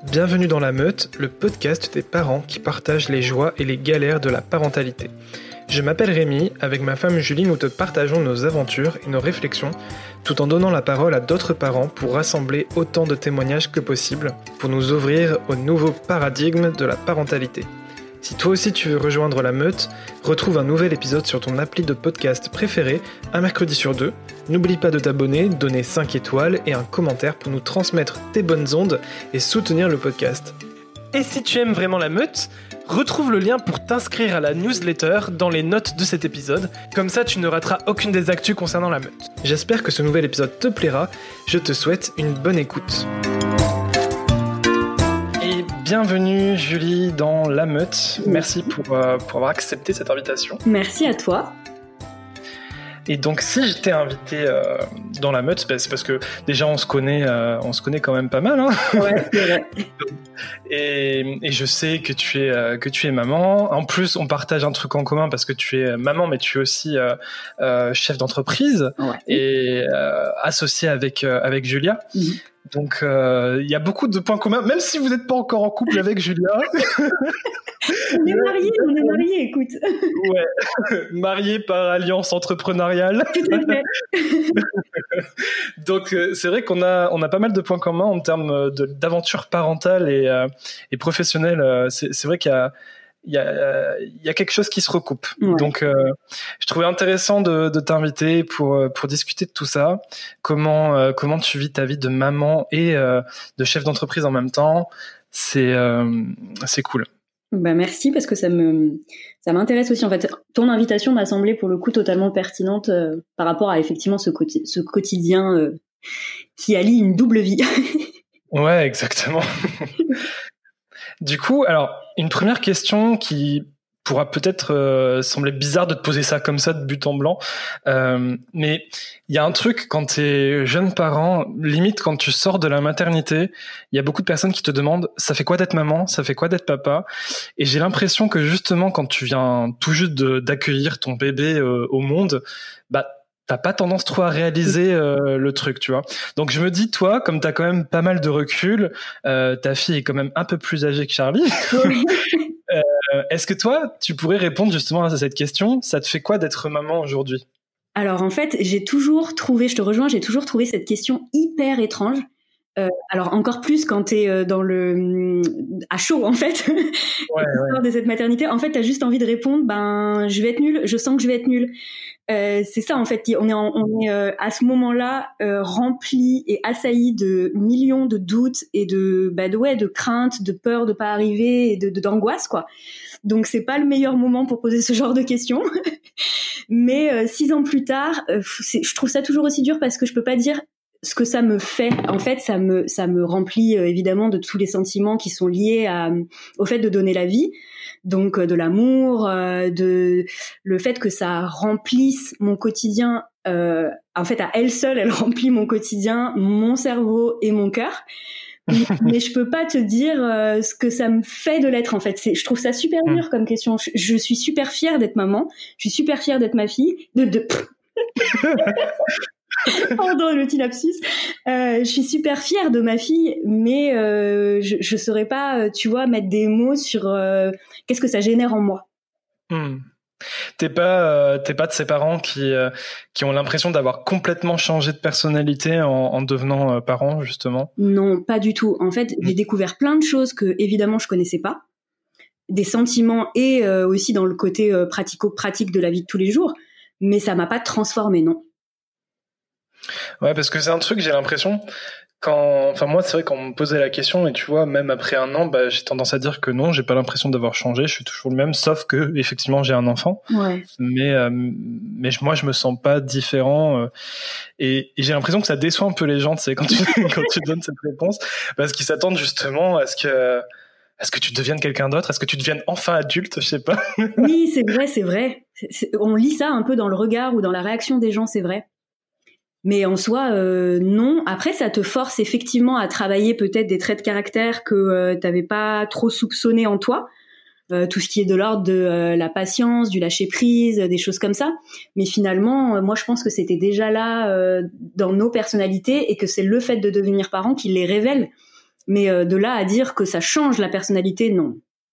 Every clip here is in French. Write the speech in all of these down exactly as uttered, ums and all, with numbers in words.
Bienvenue dans La Meute, le podcast des parents qui partagent les joies et les galères de la parentalité. Je m'appelle Rémi, avec ma femme Julie, nous te partageons nos aventures et nos réflexions, tout en donnant la parole à d'autres parents pour rassembler autant de témoignages que possible, pour nous ouvrir au nouveau paradigme de la parentalité. Si toi aussi tu veux rejoindre La Meute, retrouve un nouvel épisode sur ton appli de podcast préféré, un mercredi sur deux. N'oublie pas de t'abonner, donner cinq étoiles et un commentaire pour nous transmettre tes bonnes ondes et soutenir le podcast. Et si tu aimes vraiment La Meute, retrouve le lien pour t'inscrire à la newsletter dans les notes de cet épisode, comme ça tu ne rateras aucune des actus concernant La Meute. J'espère que ce nouvel épisode te plaira, je te souhaite une bonne écoute. Et bienvenue Julie dans La Meute, merci pour, euh, pour avoir accepté cette invitation. Merci à toi. Et donc si je t'ai invité euh, dans La Meute, bah, c'est parce que déjà on se connaît, euh, on se connaît quand même pas mal. Hein. Ouais, c'est vrai. et, et je sais que tu es euh, que tu es maman. En plus, on partage un truc en commun parce que tu es maman, mais tu es aussi euh, euh, chef d'entreprise Ouais. et euh, associée avec euh, avec Julia. Mm-hmm. Donc il euh, y a beaucoup de points communs, même si vous n'êtes pas encore en couple avec Julia. On est mariés, on est mariés, écoute. Ouais, mariés par alliance entrepreneuriale. Tout à fait. Donc euh, c'est vrai qu'on a on a pas mal de points communs en termes de, d'aventure parentale et euh, et professionnelle. C'est, c'est vrai qu'il y a il y a il y a quelque chose qui se recoupe. Ouais. Donc euh, je trouvais intéressant de, de t'inviter pour pour discuter de tout ça. Comment euh, comment tu vis ta vie de maman et euh, de chef d'entreprise en même temps. C'est euh, c'est cool. Bah merci parce que ça me ça m'intéresse aussi en fait. Ton invitation m'a semblé pour le coup totalement pertinente euh, par rapport à effectivement ce, quoti- ce quotidien euh, qui allie une double vie. Ouais, exactement. Du coup, alors une première question qui pourra peut-être euh, sembler bizarre de te poser ça comme ça de but en blanc, euh, mais il y a un truc quand t'es jeune parent, limite quand tu sors de la maternité, il y a beaucoup de personnes qui te demandent ça fait quoi d'être maman, ça fait quoi d'être papa, et j'ai l'impression que justement quand tu viens tout juste de, d'accueillir ton bébé euh, au monde, bah t'as pas tendance trop à réaliser euh, le truc, tu vois. Donc je me dis, toi, comme t'as quand même pas mal de recul, euh, ta fille est quand même un peu plus âgée que Charlie. euh, est-ce que toi, tu pourrais répondre justement à cette question ? Ça te fait quoi d'être maman aujourd'hui ? Alors en fait, j'ai toujours trouvé, je te rejoins, j'ai toujours trouvé cette question hyper étrange. Euh, alors encore plus quand t'es euh, dans le à chaud en fait ouais, ouais. de cette maternité. En fait, t'as juste envie de répondre, ben je vais être nulle, je sens que je vais être nulle. Euh, c'est ça en fait, on est, en, on est euh, à ce moment-là euh, rempli et assailli de millions de doutes et de bah de ouais de craintes, de peur de pas arriver et de, de d'angoisse quoi. Donc c'est pas le meilleur moment pour poser ce genre de questions. Mais euh, six ans plus tard, euh, c'est, je trouve ça toujours aussi dur parce que je peux pas dire ce que ça me fait. En fait, ça me ça me remplit euh, évidemment de tous les sentiments qui sont liés à au fait de donner la vie. Donc euh, de l'amour, euh, de le fait que ça remplisse mon quotidien. Euh, en fait, à elle seule, elle remplit mon quotidien, mon cerveau et mon cœur. mais, mais je peux pas te dire euh, ce que ça me fait de l'être. En fait, c'est, je trouve ça super dur comme question. Je, je suis super fière d'être maman. Je suis super fière d'être ma fille. De de. Pardon le petit lapsus. Euh, je suis super fière de ma fille, mais euh, je je saurais pas, tu vois, mettre des mots sur euh, qu'est-ce que ça génère en moi. Hmm. T'es pas euh, t'es pas de ces parents qui euh, qui ont l'impression d'avoir complètement changé de personnalité en, en devenant euh, parents justement. Non, pas du tout. En fait, hmm. j'ai découvert plein de choses que évidemment je connaissais pas, des sentiments et euh, aussi dans le côté euh, pratico-pratique de la vie de tous les jours, mais ça m'a pas transformée, non. Ouais, parce que c'est un truc, j'ai l'impression, quand, enfin moi c'est vrai quand on me posait la question et tu vois même après un an, bah j'ai tendance à dire que non, j'ai pas l'impression d'avoir changé, je suis toujours le même, sauf que effectivement j'ai un enfant. Ouais. Mais euh, mais moi je me sens pas différent euh, et, et j'ai l'impression que ça déçoit un peu les gens, tu sais, quand tu quand tu donnes cette réponse, parce qu'ils s'attendent justement à ce que Est-ce que tu deviennes quelqu'un d'autre ? Est-ce que tu deviennes enfin adulte ? Je sais pas. Oui, c'est vrai, c'est vrai. C'est, c'est, on lit ça un peu dans le regard ou dans la réaction des gens, c'est vrai. Mais en soi, euh, non. Après, ça te force effectivement à travailler peut-être des traits de caractère que euh, t'avais pas trop soupçonnés en toi. Euh, tout ce qui est de l'ordre de euh, la patience, du lâcher-prise, des choses comme ça. Mais finalement, euh, moi, je pense que c'était déjà là euh, dans nos personnalités et que c'est le fait de devenir parent qui les révèle. Mais euh, de là à dire que ça change la personnalité, non.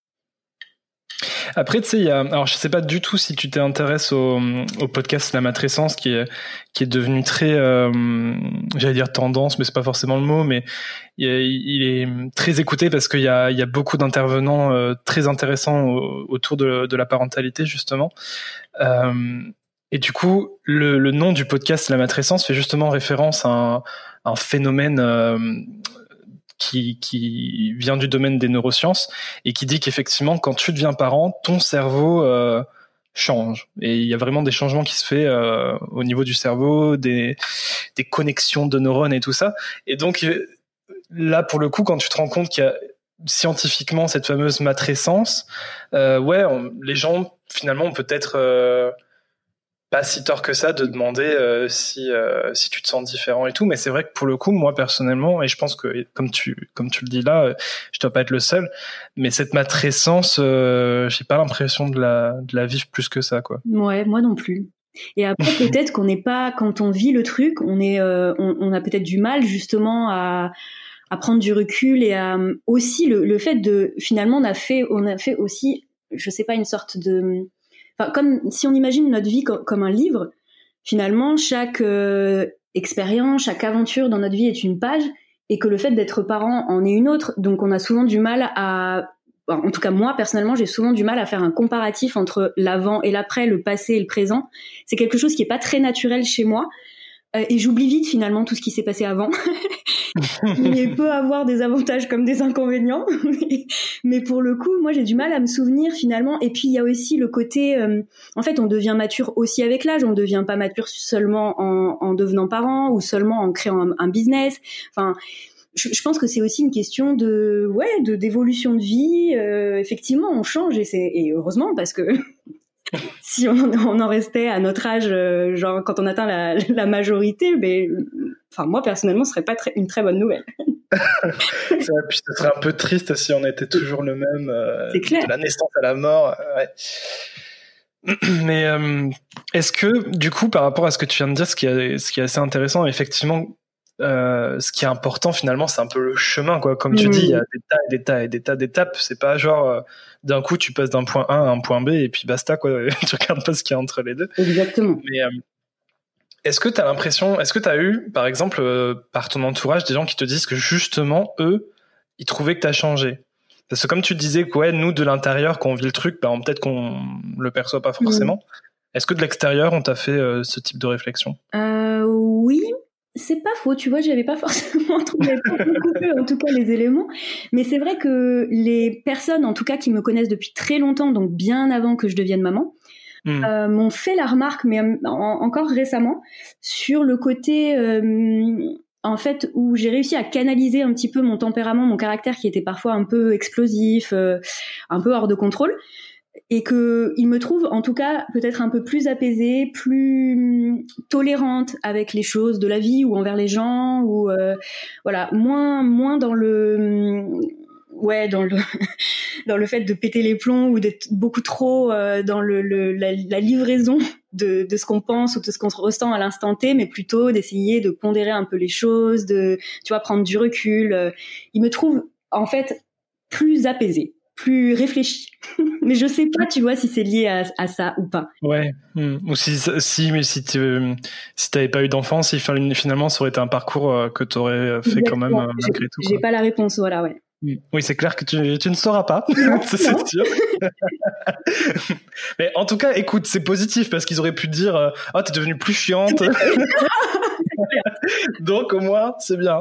Après, tu sais, il y a, alors je sais pas du tout si tu t'intéresses au, au podcast La Matrescence, qui est, qui est devenu très, euh, j'allais dire tendance, mais c'est pas forcément le mot, mais il est, il est très écouté parce qu'il y a, il y a beaucoup d'intervenants euh, très intéressants au, autour de, de la parentalité, justement. Euh, et du coup, le, le nom du podcast La Matrescence fait justement référence à un, un phénomène euh, qui, qui vient du domaine des neurosciences et qui dit qu'effectivement, quand tu deviens parent, ton cerveau euh, change. Et il y a vraiment des changements qui se font euh, au niveau du cerveau, des, des connexions de neurones et tout ça. Et donc, là, pour le coup, quand tu te rends compte qu'il y a scientifiquement cette fameuse matrescence, euh, ouais, on, les gens, finalement, ont peut-être... Euh, pas si tort que ça de demander euh, si euh, si tu te sens différent et tout, mais c'est vrai que pour le coup, moi personnellement, et je pense que comme tu comme tu le dis là, je dois pas être le seul, mais cette matrescence, euh, j'ai pas l'impression de la de la vivre plus que ça, quoi. Ouais, moi non plus. Et après peut-être qu'on n'est pas, quand on vit le truc, on est euh, on, on a peut-être du mal justement à à prendre du recul et à aussi le le fait de finalement on a fait on a fait aussi, je sais pas, une sorte de Enfin, comme si on imagine notre vie comme, comme un livre, finalement, chaque euh, expérience, chaque aventure dans notre vie est une page, et que le fait d'être parent en est une autre. Donc, on a souvent du mal à... En tout cas, moi, personnellement, j'ai souvent du mal à faire un comparatif entre l'avant et l'après, le passé et le présent. C'est quelque chose qui est pas très naturel chez moi. Euh, et j'oublie vite, finalement, tout ce qui s'est passé avant. Il peut avoir des avantages comme des inconvénients, mais, mais pour le coup, moi j'ai du mal à me souvenir finalement. Et puis il y a aussi le côté, euh, en fait, on devient mature aussi avec l'âge. On ne devient pas mature seulement en, en devenant parent ou seulement en créant un, un business. Enfin, je, je pense que c'est aussi une question de, ouais, de d'évolution de vie. Euh, effectivement, on change et c'est et heureusement parce que. Si on, on en restait à notre âge, euh, genre quand on atteint la, la majorité, mais enfin moi personnellement, ce serait pas très, une très bonne nouvelle. C'est vrai, puis ce serait un peu triste si on était toujours le même, euh, c'est clair. De la naissance à la mort. Ouais. Mais euh, est-ce que du coup, par rapport à ce que tu viens de dire, ce qui est, ce qui est assez intéressant, effectivement. Euh, ce qui est important finalement, c'est un peu le chemin, quoi. Comme mmh. tu dis, il y a des tas et des tas et des tas d'étapes. C'est pas genre euh, d'un coup tu passes d'un point A à un point B et puis basta, quoi. Tu regardes pas ce qu'il y a entre les deux. Exactement. Mais euh, est-ce que t'as l'impression, est-ce que t'as eu, par exemple, euh, par ton entourage, des gens qui te disent que justement eux, ils trouvaient que t'as changé? Parce que comme tu disais que ouais, nous de l'intérieur, quand on vit le truc, bah, peut-être qu'on le perçoit pas forcément. Mmh. Est-ce que de l'extérieur, on t'a fait euh, ce type de réflexion? euh, Oui. C'est pas faux, tu vois, j'avais pas forcément trouvé beaucoup peu, en tout cas, les éléments. Mais c'est vrai que les personnes, en tout cas, qui me connaissent depuis très longtemps, donc bien avant que je devienne maman, mmh. euh, m'ont fait la remarque, mais en, encore récemment, sur le côté, euh, en fait, où j'ai réussi à canaliser un petit peu mon tempérament, mon caractère qui était parfois un peu explosif, euh, un peu hors de contrôle. Et que il me trouve en tout cas peut-être un peu plus apaisée, plus tolérante avec les choses de la vie ou envers les gens, ou euh, voilà, moins moins dans le ouais dans le dans le fait de péter les plombs ou d'être beaucoup trop euh, dans le, le la, la livraison de de ce qu'on pense ou de ce qu'on ressent à l'instant T, mais plutôt d'essayer de pondérer un peu les choses, de tu vois prendre du recul. Il me trouve en fait plus apaisée, plus réfléchi. Mais je sais pas, tu vois, si c'est lié à, à ça ou pas. Ouais. Mmh. Ou si, si, mais si tu si t'avais pas eu d'enfant, si finalement ça aurait été un parcours que tu aurais fait Exactement. Quand même malgré j'ai, tout. J'ai quoi. pas la réponse, voilà, ouais. Oui, c'est clair que tu, tu ne sauras pas, c'est, c'est sûr. Mais en tout cas, écoute, c'est positif parce qu'ils auraient pu te dire « Ah, oh, t'es devenue plus chiante ». Donc au moins, c'est bien.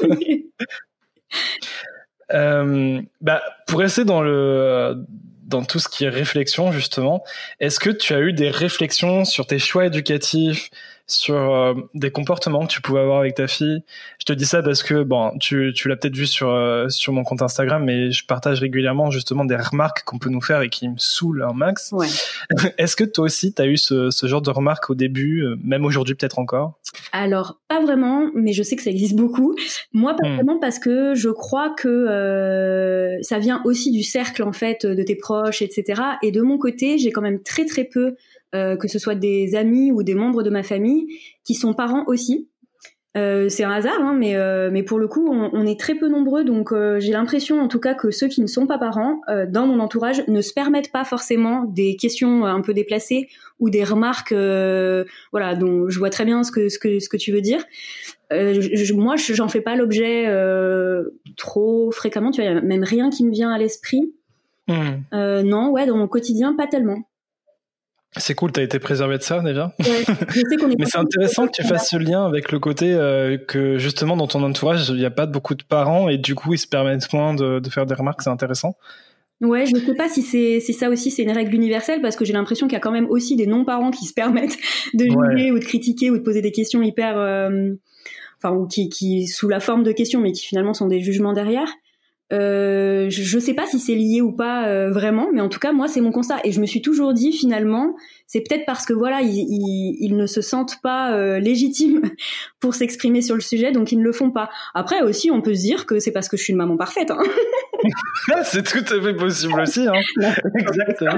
euh, bah, pour rester dans le... dans tout ce qui est réflexion, justement, est-ce que tu as eu des réflexions sur tes choix éducatifs, sur euh, des comportements que tu pouvais avoir avec ta fille? Je te dis ça parce que, bon, tu, tu l'as peut-être vu sur, euh, sur mon compte Instagram, mais je partage régulièrement justement des remarques qu'on peut nous faire et qui me saoulent un max. Ouais. Est-ce que toi aussi, tu as eu ce, ce genre de remarques au début, euh, même aujourd'hui peut-être encore? Alors, pas vraiment, mais je sais que ça existe beaucoup. Moi, pas mmh. vraiment, parce que je crois que euh, ça vient aussi du cercle, en fait, de tes proches, et cetera. Et de mon côté, j'ai quand même très, très peu, euh, que ce soit des amis ou des membres de ma famille, qui sont parents aussi. Euh, c'est un hasard, hein, mais euh, mais pour le coup, on, on est très peu nombreux, donc euh, j'ai l'impression, en tout cas, que ceux qui ne sont pas parents, euh, dans mon entourage, ne se permettent pas forcément des questions un peu déplacées ou des remarques, euh, voilà, dont je vois très bien ce que ce que ce que tu veux dire. Euh, je, moi, j'en fais pas l'objet euh, trop fréquemment. Tu vois, y a même rien qui me vient à l'esprit. Mmh. Euh, non, ouais, dans mon quotidien, pas tellement. C'est cool, t'as été préservé de ça déjà. Ouais, je sais qu'on est Mais c'est intéressant que tu fasses ce lien avec le côté euh, que justement dans ton entourage il n'y a pas beaucoup de parents et du coup ils se permettent moins de, de faire des remarques, c'est intéressant. Ouais, je ne sais pas si c'est si ça aussi c'est une règle universelle parce que j'ai l'impression qu'il y a quand même aussi des non-parents qui se permettent de juger ouais. ou de critiquer ou de poser des questions hyper, euh, enfin ou qui qui sous la forme de questions mais qui finalement sont des jugements derrière. Euh, je, je sais pas si c'est lié ou pas euh, vraiment, mais en tout cas moi c'est mon constat et je me suis toujours dit finalement c'est peut-être parce que voilà ils, ils, ils ne se sentent pas euh, légitimes pour s'exprimer sur le sujet donc ils ne le font pas. Après aussi on peut se dire que c'est parce que je suis une maman parfaite. Hein. C'est tout à fait possible aussi. Hein. Exactement.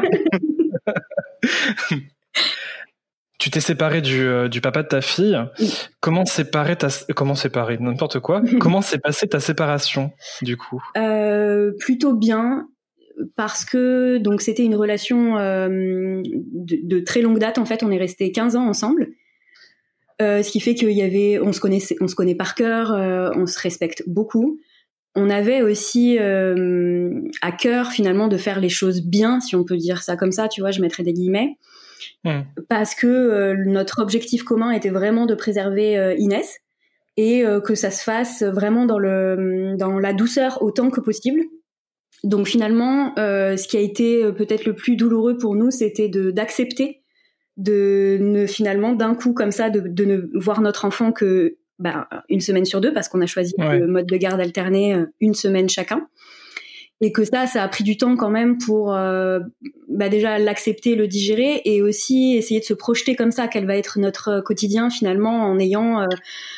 Tu t'es séparée du, euh, du papa de ta fille. Oui. Comment séparer ta comment séparer n'importe quoi. Comment s'est passée ta séparation du coup? Euh, plutôt bien parce que donc c'était une relation euh, de, de très longue date. En fait, on est restés quinze ans ensemble. Euh, ce qui fait qu'il y avait, on se connaissait, on se connaît par cœur, euh, on se respecte beaucoup. On avait aussi euh, à cœur finalement de faire les choses bien, si on peut dire ça comme ça. Tu vois, je mettrais des guillemets. Mmh. Parce que euh, notre objectif commun était vraiment de préserver euh, Inès et euh, que ça se fasse vraiment dans le dans la douceur autant que possible. Donc finalement, euh, ce qui a été peut-être le plus douloureux pour nous, c'était de d'accepter de ne finalement d'un coup comme ça de, de ne voir notre enfant que bah, une semaine sur deux parce qu'on a choisi ouais. le mode de garde alterné une semaine chacun. Et que ça, ça a pris du temps quand même pour euh, bah déjà l'accepter, le digérer et aussi essayer de se projeter comme ça, quel va être notre quotidien finalement en ayant euh,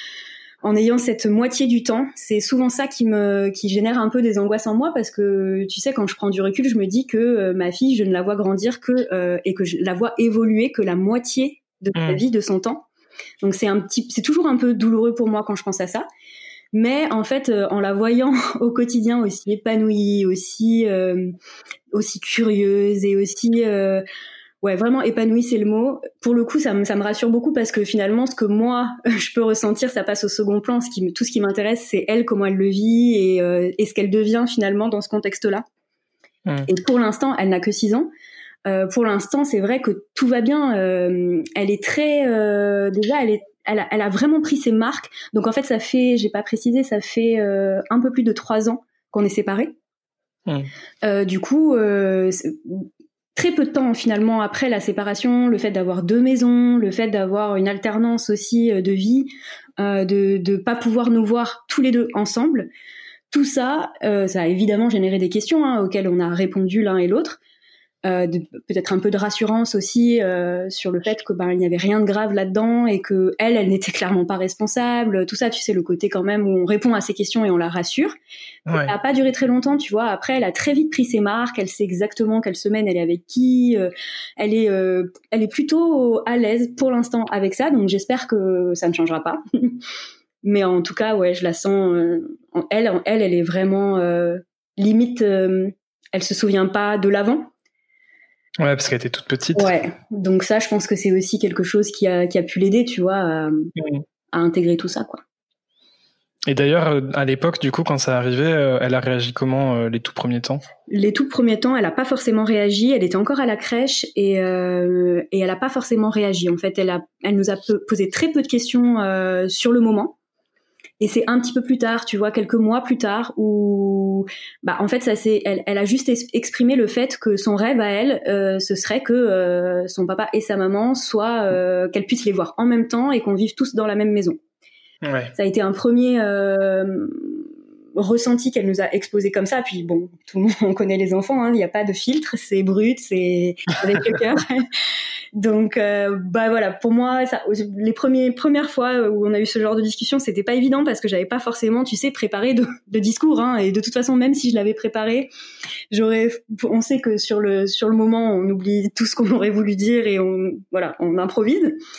en ayant cette moitié du temps. C'est souvent ça qui me qui génère un peu des angoisses en moi parce que tu sais quand je prends du recul, je me dis que euh, ma fille, je ne la vois grandir que euh, et que je la vois évoluer que la moitié de sa mmh. vie, de son temps. Donc c'est un petit, c'est toujours un peu douloureux pour moi quand je pense à ça. Mais en fait, euh, en la voyant au quotidien aussi épanouie, aussi euh, aussi curieuse et aussi euh, ouais vraiment épanouie, c'est le mot. Pour le coup, ça me ça me rassure beaucoup parce que finalement, ce que moi je peux ressentir, ça passe au second plan. Ce qui tout ce qui m'intéresse, c'est elle, comment elle le vit et euh, et ce qu'elle devient finalement dans ce contexte-là. Mmh. Et pour l'instant, elle n'a que six ans. Euh, pour l'instant, c'est vrai que tout va bien. Euh, elle est très euh, déjà, elle est Elle a, elle a vraiment pris ses marques. Donc en fait, ça fait, j'ai pas précisé, ça fait euh, un peu plus de trois ans qu'on est séparés. Mmh. Euh, du coup, euh, très peu de temps finalement après la séparation, le fait d'avoir deux maisons, le fait d'avoir une alternance aussi de vie, euh, de de pas pouvoir nous voir tous les deux ensemble, tout ça, euh, ça a évidemment généré des questions hein, auxquelles on a répondu l'un et l'autre. Euh, de, peut-être un peu de rassurance aussi euh, sur le fait que ben il n'y avait rien de grave là-dedans et que elle, elle n'était clairement pas responsable. Tout ça, tu sais, le côté quand même où on répond à ses questions et on la rassure. Ouais. Ça n'a pas duré très longtemps, tu vois. Après, elle a très vite pris ses marques. Elle sait exactement quelle semaine elle est avec qui. Euh, elle est, euh, elle est plutôt à l'aise pour l'instant avec ça. Donc j'espère que ça ne changera pas. Mais en tout cas, ouais, je la sens. Euh, en elle, en elle, elle est vraiment euh, limite. Euh, elle se souvient pas de l'avant. Ouais, parce qu'elle était toute petite. Ouais, donc ça, je pense que c'est aussi quelque chose qui a, qui a pu l'aider, tu vois, à, mmh. à intégrer tout ça, quoi. Et d'ailleurs, à l'époque, du coup, quand ça arrivait, elle a réagi comment euh, les tout premiers temps ? Les tout premiers temps, elle a pas forcément réagi. Elle était encore à la crèche et euh, et elle a pas forcément réagi. En fait, elle a, elle nous a posé très peu de questions euh, sur le moment. Et c'est un petit peu plus tard, tu vois, quelques mois plus tard, où, bah, en fait, ça c'est, elle, elle a juste exprimé le fait que son rêve à elle, euh, ce serait que euh, son papa et sa maman soient, euh, qu'elle puisse les voir en même temps et qu'on vive tous dans la même maison. Ouais. Ça a été un premier euh, ressenti qu'elle nous a exposé comme ça. Puis bon, tout le monde, on connaît les enfants, hein, il n'y a pas de filtre, c'est brut, c'est avec le cœur. Donc, euh, bah voilà, pour moi, ça, les premiers, premières fois où on a eu ce genre de discussion, c'était pas évident parce que j'avais pas forcément, tu sais, préparé de, de discours, hein, et de toute façon, même si je l'avais préparé, j'aurais, on sait que sur le, sur le moment, on oublie tout ce qu'on aurait voulu dire et on, voilà, on improvise.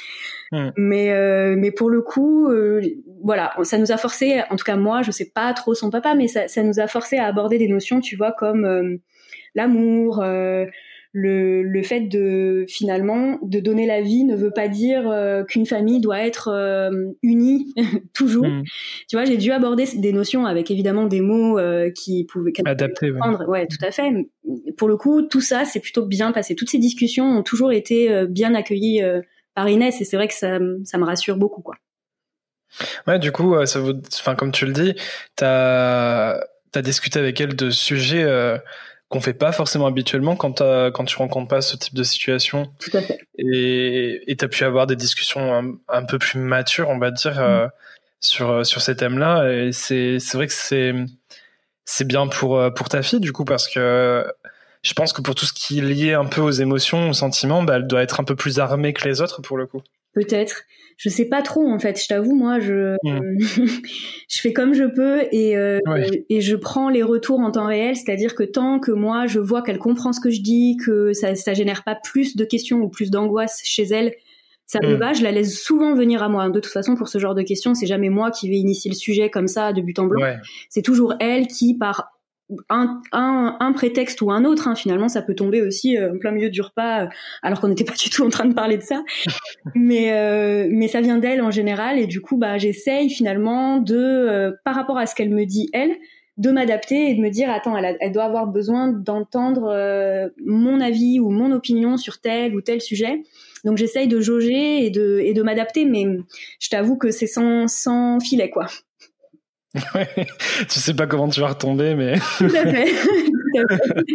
Mmh. Mais euh, mais pour le coup, euh, voilà, ça nous a forcé, en tout cas moi, je sais pas trop son papa, mais ça, ça nous a forcé à aborder des notions, tu vois, comme euh, l'amour, euh, le le fait de finalement de donner la vie ne veut pas dire euh, qu'une famille doit être euh, unie toujours. Mmh. Tu vois, j'ai dû aborder des notions avec évidemment des mots euh, qui pouvaient adapter, prendre. Ouais. ouais, tout à fait. Pour le coup, tout ça, c'est plutôt bien passé. Toutes ces discussions ont toujours été euh, bien accueillies euh, par Inès, et c'est vrai que ça, ça me rassure beaucoup, quoi. Ouais, du coup, ça vaut, enfin, comme tu le dis, t'as, t'as discuté avec elle de sujets euh, qu'on fait pas forcément habituellement quand quand tu rencontres pas ce type de situation. Tout à fait. Et et t'as pu avoir des discussions un, un peu plus matures, on va dire, mmh. euh, sur sur ces thèmes-là. Et c'est c'est vrai que c'est c'est bien pour pour ta fille, du coup, parce que je pense que pour tout ce qui est lié un peu aux émotions, aux sentiments, bah, elle doit être un peu plus armée que les autres, pour le coup. Peut-être. Je sais pas trop, en fait. Je t'avoue, moi, je, mmh. je fais comme je peux et, euh, ouais. et je prends les retours en temps réel. C'est-à-dire que tant que moi, je vois qu'elle comprend ce que je dis, que ça, ça génère pas plus de questions ou plus d'angoisse chez elle, ça mmh. me va. Je la laisse souvent venir à moi. De toute façon, pour ce genre de questions, c'est jamais moi qui vais initier le sujet comme ça, de but en blanc. Ouais. C'est toujours elle qui, par Un, un, un prétexte ou un autre, hein, finalement, ça peut tomber aussi euh, en plein milieu du repas, euh, alors qu'on n'était pas du tout en train de parler de ça. mais euh, mais ça vient d'elle en général, et du coup, bah, j'essaye finalement de, euh, par rapport à ce qu'elle me dit elle, de m'adapter et de me dire, attends, elle, a, elle doit avoir besoin d'entendre euh, mon avis ou mon opinion sur tel ou tel sujet. Donc j'essaye de jauger et de et de m'adapter, mais je t'avoue que c'est sans sans filet, quoi. Ouais, tu sais pas comment tu vas retomber, mais... Tout à fait. Tout à fait.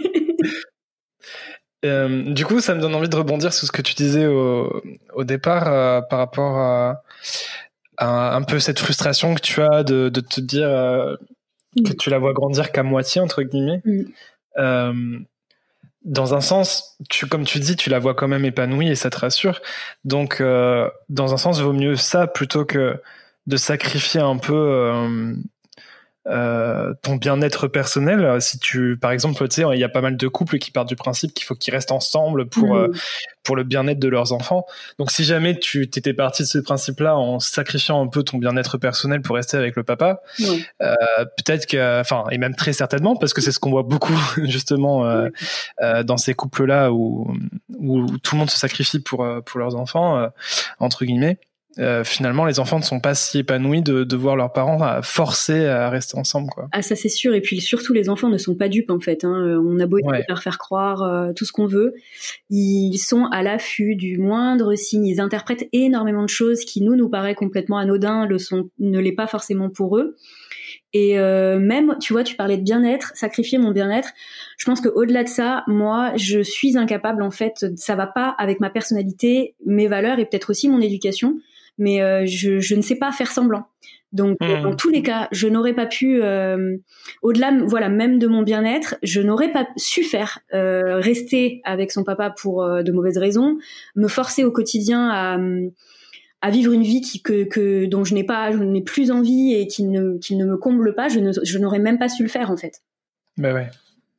euh, du coup, ça me donne envie de rebondir sur ce que tu disais au, au départ euh, par rapport à, à un peu cette frustration que tu as de, de te dire euh, mmh. que tu la vois grandir qu'à moitié, entre guillemets. Mmh. Euh, dans un sens, tu, comme tu dis, tu la vois quand même épanouie et ça te rassure. Donc, euh, dans un sens, vaut mieux ça plutôt que de sacrifier un peu euh, euh, ton bien-être personnel. Si tu, par exemple, tu sais, il y a pas mal de couples qui partent du principe qu'il faut qu'ils restent ensemble pour mmh. euh, pour le bien-être de leurs enfants. Donc, si jamais tu t'étais parti de ce principe-là en sacrifiant un peu ton bien-être personnel pour rester avec le papa, mmh. euh, peut-être que, enfin, et même très certainement, parce que c'est ce qu'on voit beaucoup justement euh, mmh. euh, dans ces couples-là où où tout le monde se sacrifie pour pour leurs enfants, euh, entre guillemets. Euh, finalement, les enfants ne sont pas si épanouis de, de voir leurs parents à forcer à rester ensemble, quoi. Ah, ça c'est sûr. Et puis surtout, les enfants ne sont pas dupes en fait. Hein. On a beau ouais. leur faire croire euh, tout ce qu'on veut, ils sont à l'affût du moindre signe. Ils interprètent énormément de choses qui nous nous paraît complètement anodin, le sont, ne l'est pas forcément pour eux. Et euh, même, tu vois, tu parlais de bien-être, sacrifier mon bien-être. Je pense que au-delà de ça, moi, je suis incapable en fait. Ça va pas avec ma personnalité, mes valeurs et peut-être aussi mon éducation. Mais euh, je, je ne sais pas faire semblant. Donc, mmh. dans tous les cas, je n'aurais pas pu, euh, au-delà, voilà, même de mon bien-être, je n'aurais pas su faire euh, rester avec son papa pour euh, de mauvaises raisons, me forcer au quotidien à, à vivre une vie qui, que, que dont je n'ai pas, je n'ai plus envie et qui ne, qui ne me comble pas. Je, ne, je n'aurais même pas su le faire en fait. Ben ouais.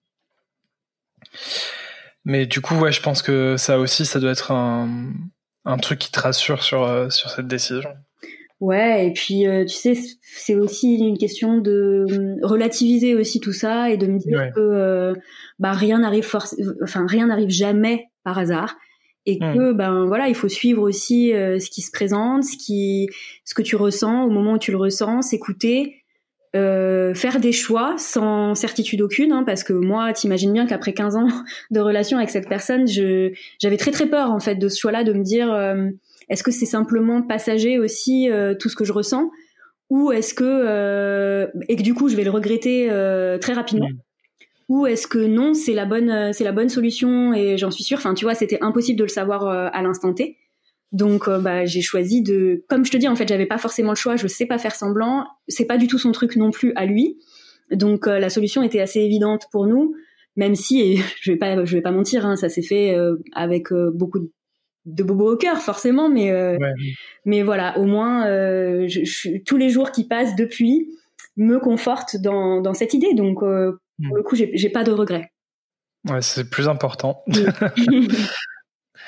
Mais du coup, ouais, je pense que ça aussi, ça doit être un un truc qui te rassure sur euh, sur cette décision. Ouais, et puis euh, tu sais, c'est aussi une question de relativiser aussi tout ça et de me dire ouais. que euh, bah rien n'arrive forc- enfin rien n'arrive jamais par hasard et que mmh. ben voilà, il faut suivre aussi euh, ce qui se présente, ce qui ce que tu ressens au moment où tu le ressens, s'écouter. Euh, faire des choix sans certitude aucune, hein, parce que moi, t'imagines bien qu'après quinze ans de relation avec cette personne, je, j'avais très très peur en fait de ce choix-là, de me dire euh, est-ce que c'est simplement passager aussi euh, tout ce que je ressens, ou est-ce que euh, et que du coup je vais le regretter euh, très rapidement, mmh. ou est-ce que non, c'est la bonne c'est la bonne solution et j'en suis sûre. Enfin, tu vois, c'était impossible de le savoir euh, à l'instant T. Donc euh, bah j'ai choisi de, comme je te dis en fait, j'avais pas forcément le choix, je sais pas faire semblant, c'est pas du tout son truc non plus à lui. Donc euh, la solution était assez évidente pour nous, même si, et je vais pas je vais pas mentir, hein, ça s'est fait euh, avec euh, beaucoup de bobos au cœur forcément, mais euh, ouais. mais voilà, au moins euh, je, je, tous les jours qui passent depuis me confortent dans dans cette idée. Donc euh, mmh. pour le coup, j'ai j'ai pas de regrets. Ouais, c'est plus important.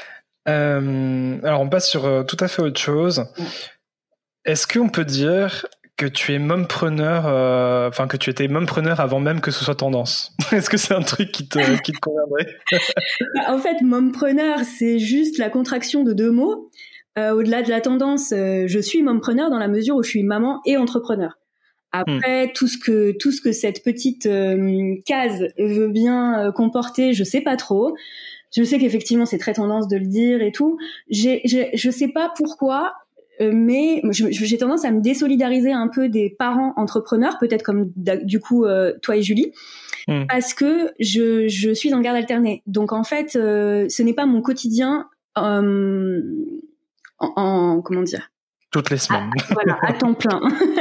Euh, alors, on passe sur euh, tout à fait autre chose. Ouais. Est-ce qu'on peut dire que tu es mompreneur, euh, enfin que tu étais mompreneur avant même que ce soit tendance? Est-ce que c'est un truc qui te, qui te conviendrait? En fait, mompreneur, c'est juste la contraction de deux mots. Euh, au-delà de la tendance, euh, je suis mompreneur dans la mesure où je suis maman et entrepreneur. Après, hmm. tout ce que tout ce que cette petite euh, case veut bien euh, comporter, je sais pas trop. Je sais qu'effectivement, c'est très tendance de le dire et tout. J'ai, j'ai, je sais pas pourquoi. Mais je, j'ai tendance à me désolidariser un peu des parents entrepreneurs, peut-être comme du coup euh, toi et Julie, mmh. parce que je, je suis en garde alternée. Donc en fait, euh, ce n'est pas mon quotidien euh, en, en comment dire toutes les semaines. À, voilà, à temps plein.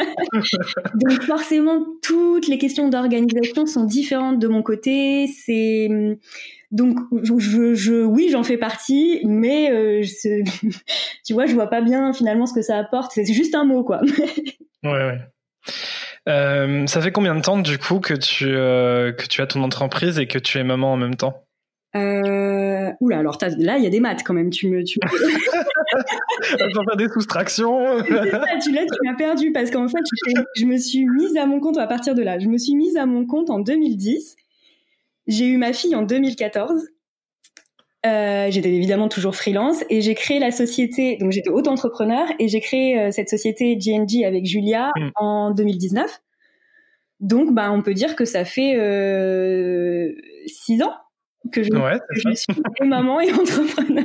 Donc forcément, toutes les questions d'organisation sont différentes de mon côté. C'est donc je, je, je oui, j'en fais partie, mais euh, je, tu vois, je vois pas bien finalement ce que ça apporte. C'est juste un mot, quoi. Ouais, ouais. Euh, ça fait combien de temps du coup que tu euh, que tu as ton entreprise et que tu es maman en même temps? Euh... Oula, alors t'as... là, il y a des maths quand même. Tu me, tu me... Sans faire des soustractions. C'est ça, tu l'as, tu m'as perdu parce qu'en fait, je, je me suis mise à mon compte à partir de là. Je me suis mise à mon compte en deux mille dix. J'ai eu ma fille en deux mille quatorze. Euh, j'étais évidemment toujours freelance et j'ai créé la société. Donc j'étais auto-entrepreneur et j'ai créé euh, cette société G N G avec Julia mmh. en deux mille dix-neuf. Donc, bah, on peut dire que ça fait euh, six ans que je, ouais, que je suis et maman et entrepreneur.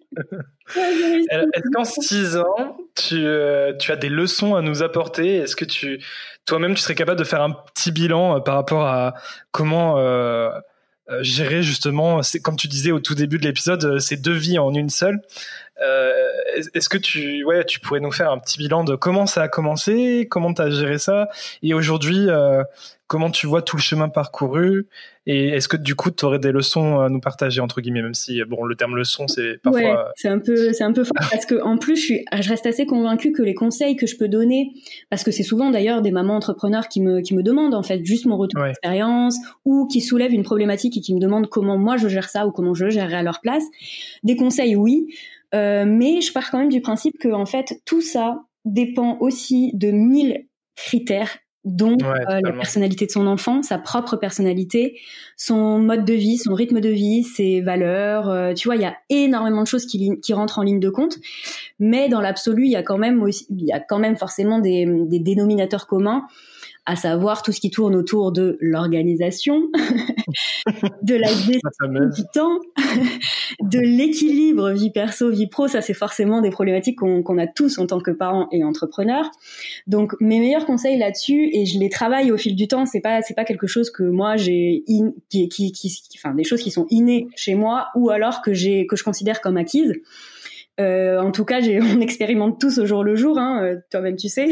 Est-ce qu'en six ans, tu, euh, tu as des leçons à nous apporter? Est-ce que tu, toi-même, tu serais capable de faire un petit bilan euh, par rapport à comment euh, euh, gérer justement, c'est, comme tu disais au tout début de l'épisode, ces deux vies en une seule? Euh, est-ce que tu, ouais, tu pourrais nous faire un petit bilan de comment ça a commencé, comment tu as géré ça, et aujourd'hui, euh, comment tu vois tout le chemin parcouru, et est-ce que du coup tu aurais des leçons à nous partager entre guillemets, même si bon le terme leçon c'est parfois ouais, c'est un peu c'est un peu fort parce que en plus je suis je reste assez convaincue que les conseils que je peux donner, parce que c'est souvent d'ailleurs des mamans entrepreneurs qui me qui me demandent en fait juste mon retour ouais. d'expérience ou qui soulèvent une problématique et qui me demandent comment moi je gère ça ou comment je le gérerais à leur place. Des conseils oui. Euh, mais je pars quand même du principe que en fait tout ça dépend aussi de mille critères, dont ouais, euh, la personnalité de son enfant, sa propre personnalité, son mode de vie, son rythme de vie, ses valeurs. Euh, tu vois, il y a énormément de choses qui, qui rentrent en ligne de compte. Mais dans l'absolu, il y a quand même aussi, il y a quand même forcément des, des dénominateurs communs, à savoir tout ce qui tourne autour de l'organisation, de la gestion du temps, de l'équilibre vie perso, vie pro. Ça, c'est forcément des problématiques qu'on, qu'on a tous en tant que parents et entrepreneurs. Donc, mes meilleurs conseils là-dessus, et je les travaille au fil du temps, c'est pas, c'est pas quelque chose que moi j'ai, in, qui, qui, qui, qui, enfin, des choses qui sont innées chez moi, ou alors que j'ai, que je considère comme acquises. Euh, en tout cas, j'ai, on expérimente tous au jour le jour, hein, euh, toi-même tu sais.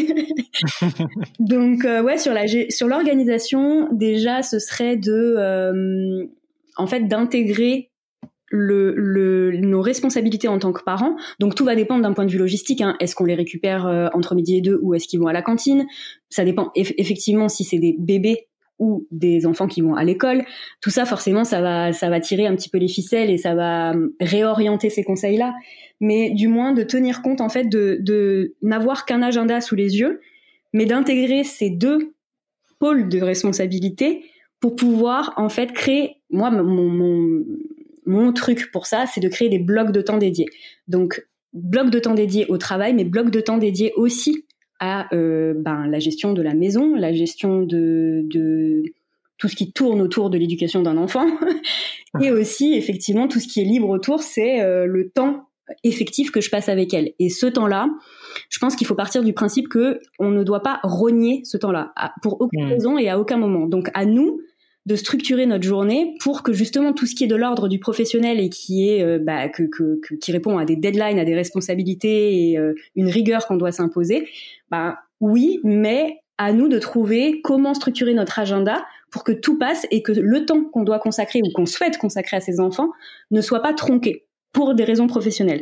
Donc euh, ouais, sur la sur l'organisation, déjà, ce serait de, euh, en fait, d'intégrer le, le nos responsabilités en tant que parents. Donc tout va dépendre d'un point de vue logistique. Hein. Est-ce qu'on les récupère euh, entre midi et deux ou est-ce qu'ils vont à la cantine? Ça dépend eff- effectivement si c'est des bébés ou des enfants qui vont à l'école. Tout ça, forcément, ça va, ça va tirer un petit peu les ficelles et ça va réorienter ces conseils-là. Mais du moins de tenir compte, en fait, de, de n'avoir qu'un agenda sous les yeux, mais d'intégrer ces deux pôles de responsabilité pour pouvoir, en fait, créer, moi, mon, mon, mon truc pour ça, c'est de créer des blocs de temps dédiés. Donc, blocs de temps dédiés au travail, mais blocs de temps dédiés aussi à euh, ben, la gestion de la maison, la gestion de, de tout ce qui tourne autour de l'éducation d'un enfant, et aussi, effectivement, tout ce qui est libre autour, c'est euh, le temps effectif que je passe avec elle. Et ce temps-là, je pense qu'il faut partir du principe que on ne doit pas rogner ce temps-là, à, pour aucune mmh. raison et à aucun moment. Donc, à nous de structurer notre journée pour que justement tout ce qui est de l'ordre du professionnel et qui est euh, bah, que, que, que qui répond à des deadlines, à des responsabilités et euh, une rigueur qu'on doit s'imposer, bah oui, mais à nous de trouver comment structurer notre agenda pour que tout passe et que le temps qu'on doit consacrer ou qu'on souhaite consacrer à ses enfants ne soit pas tronqué pour des raisons professionnelles.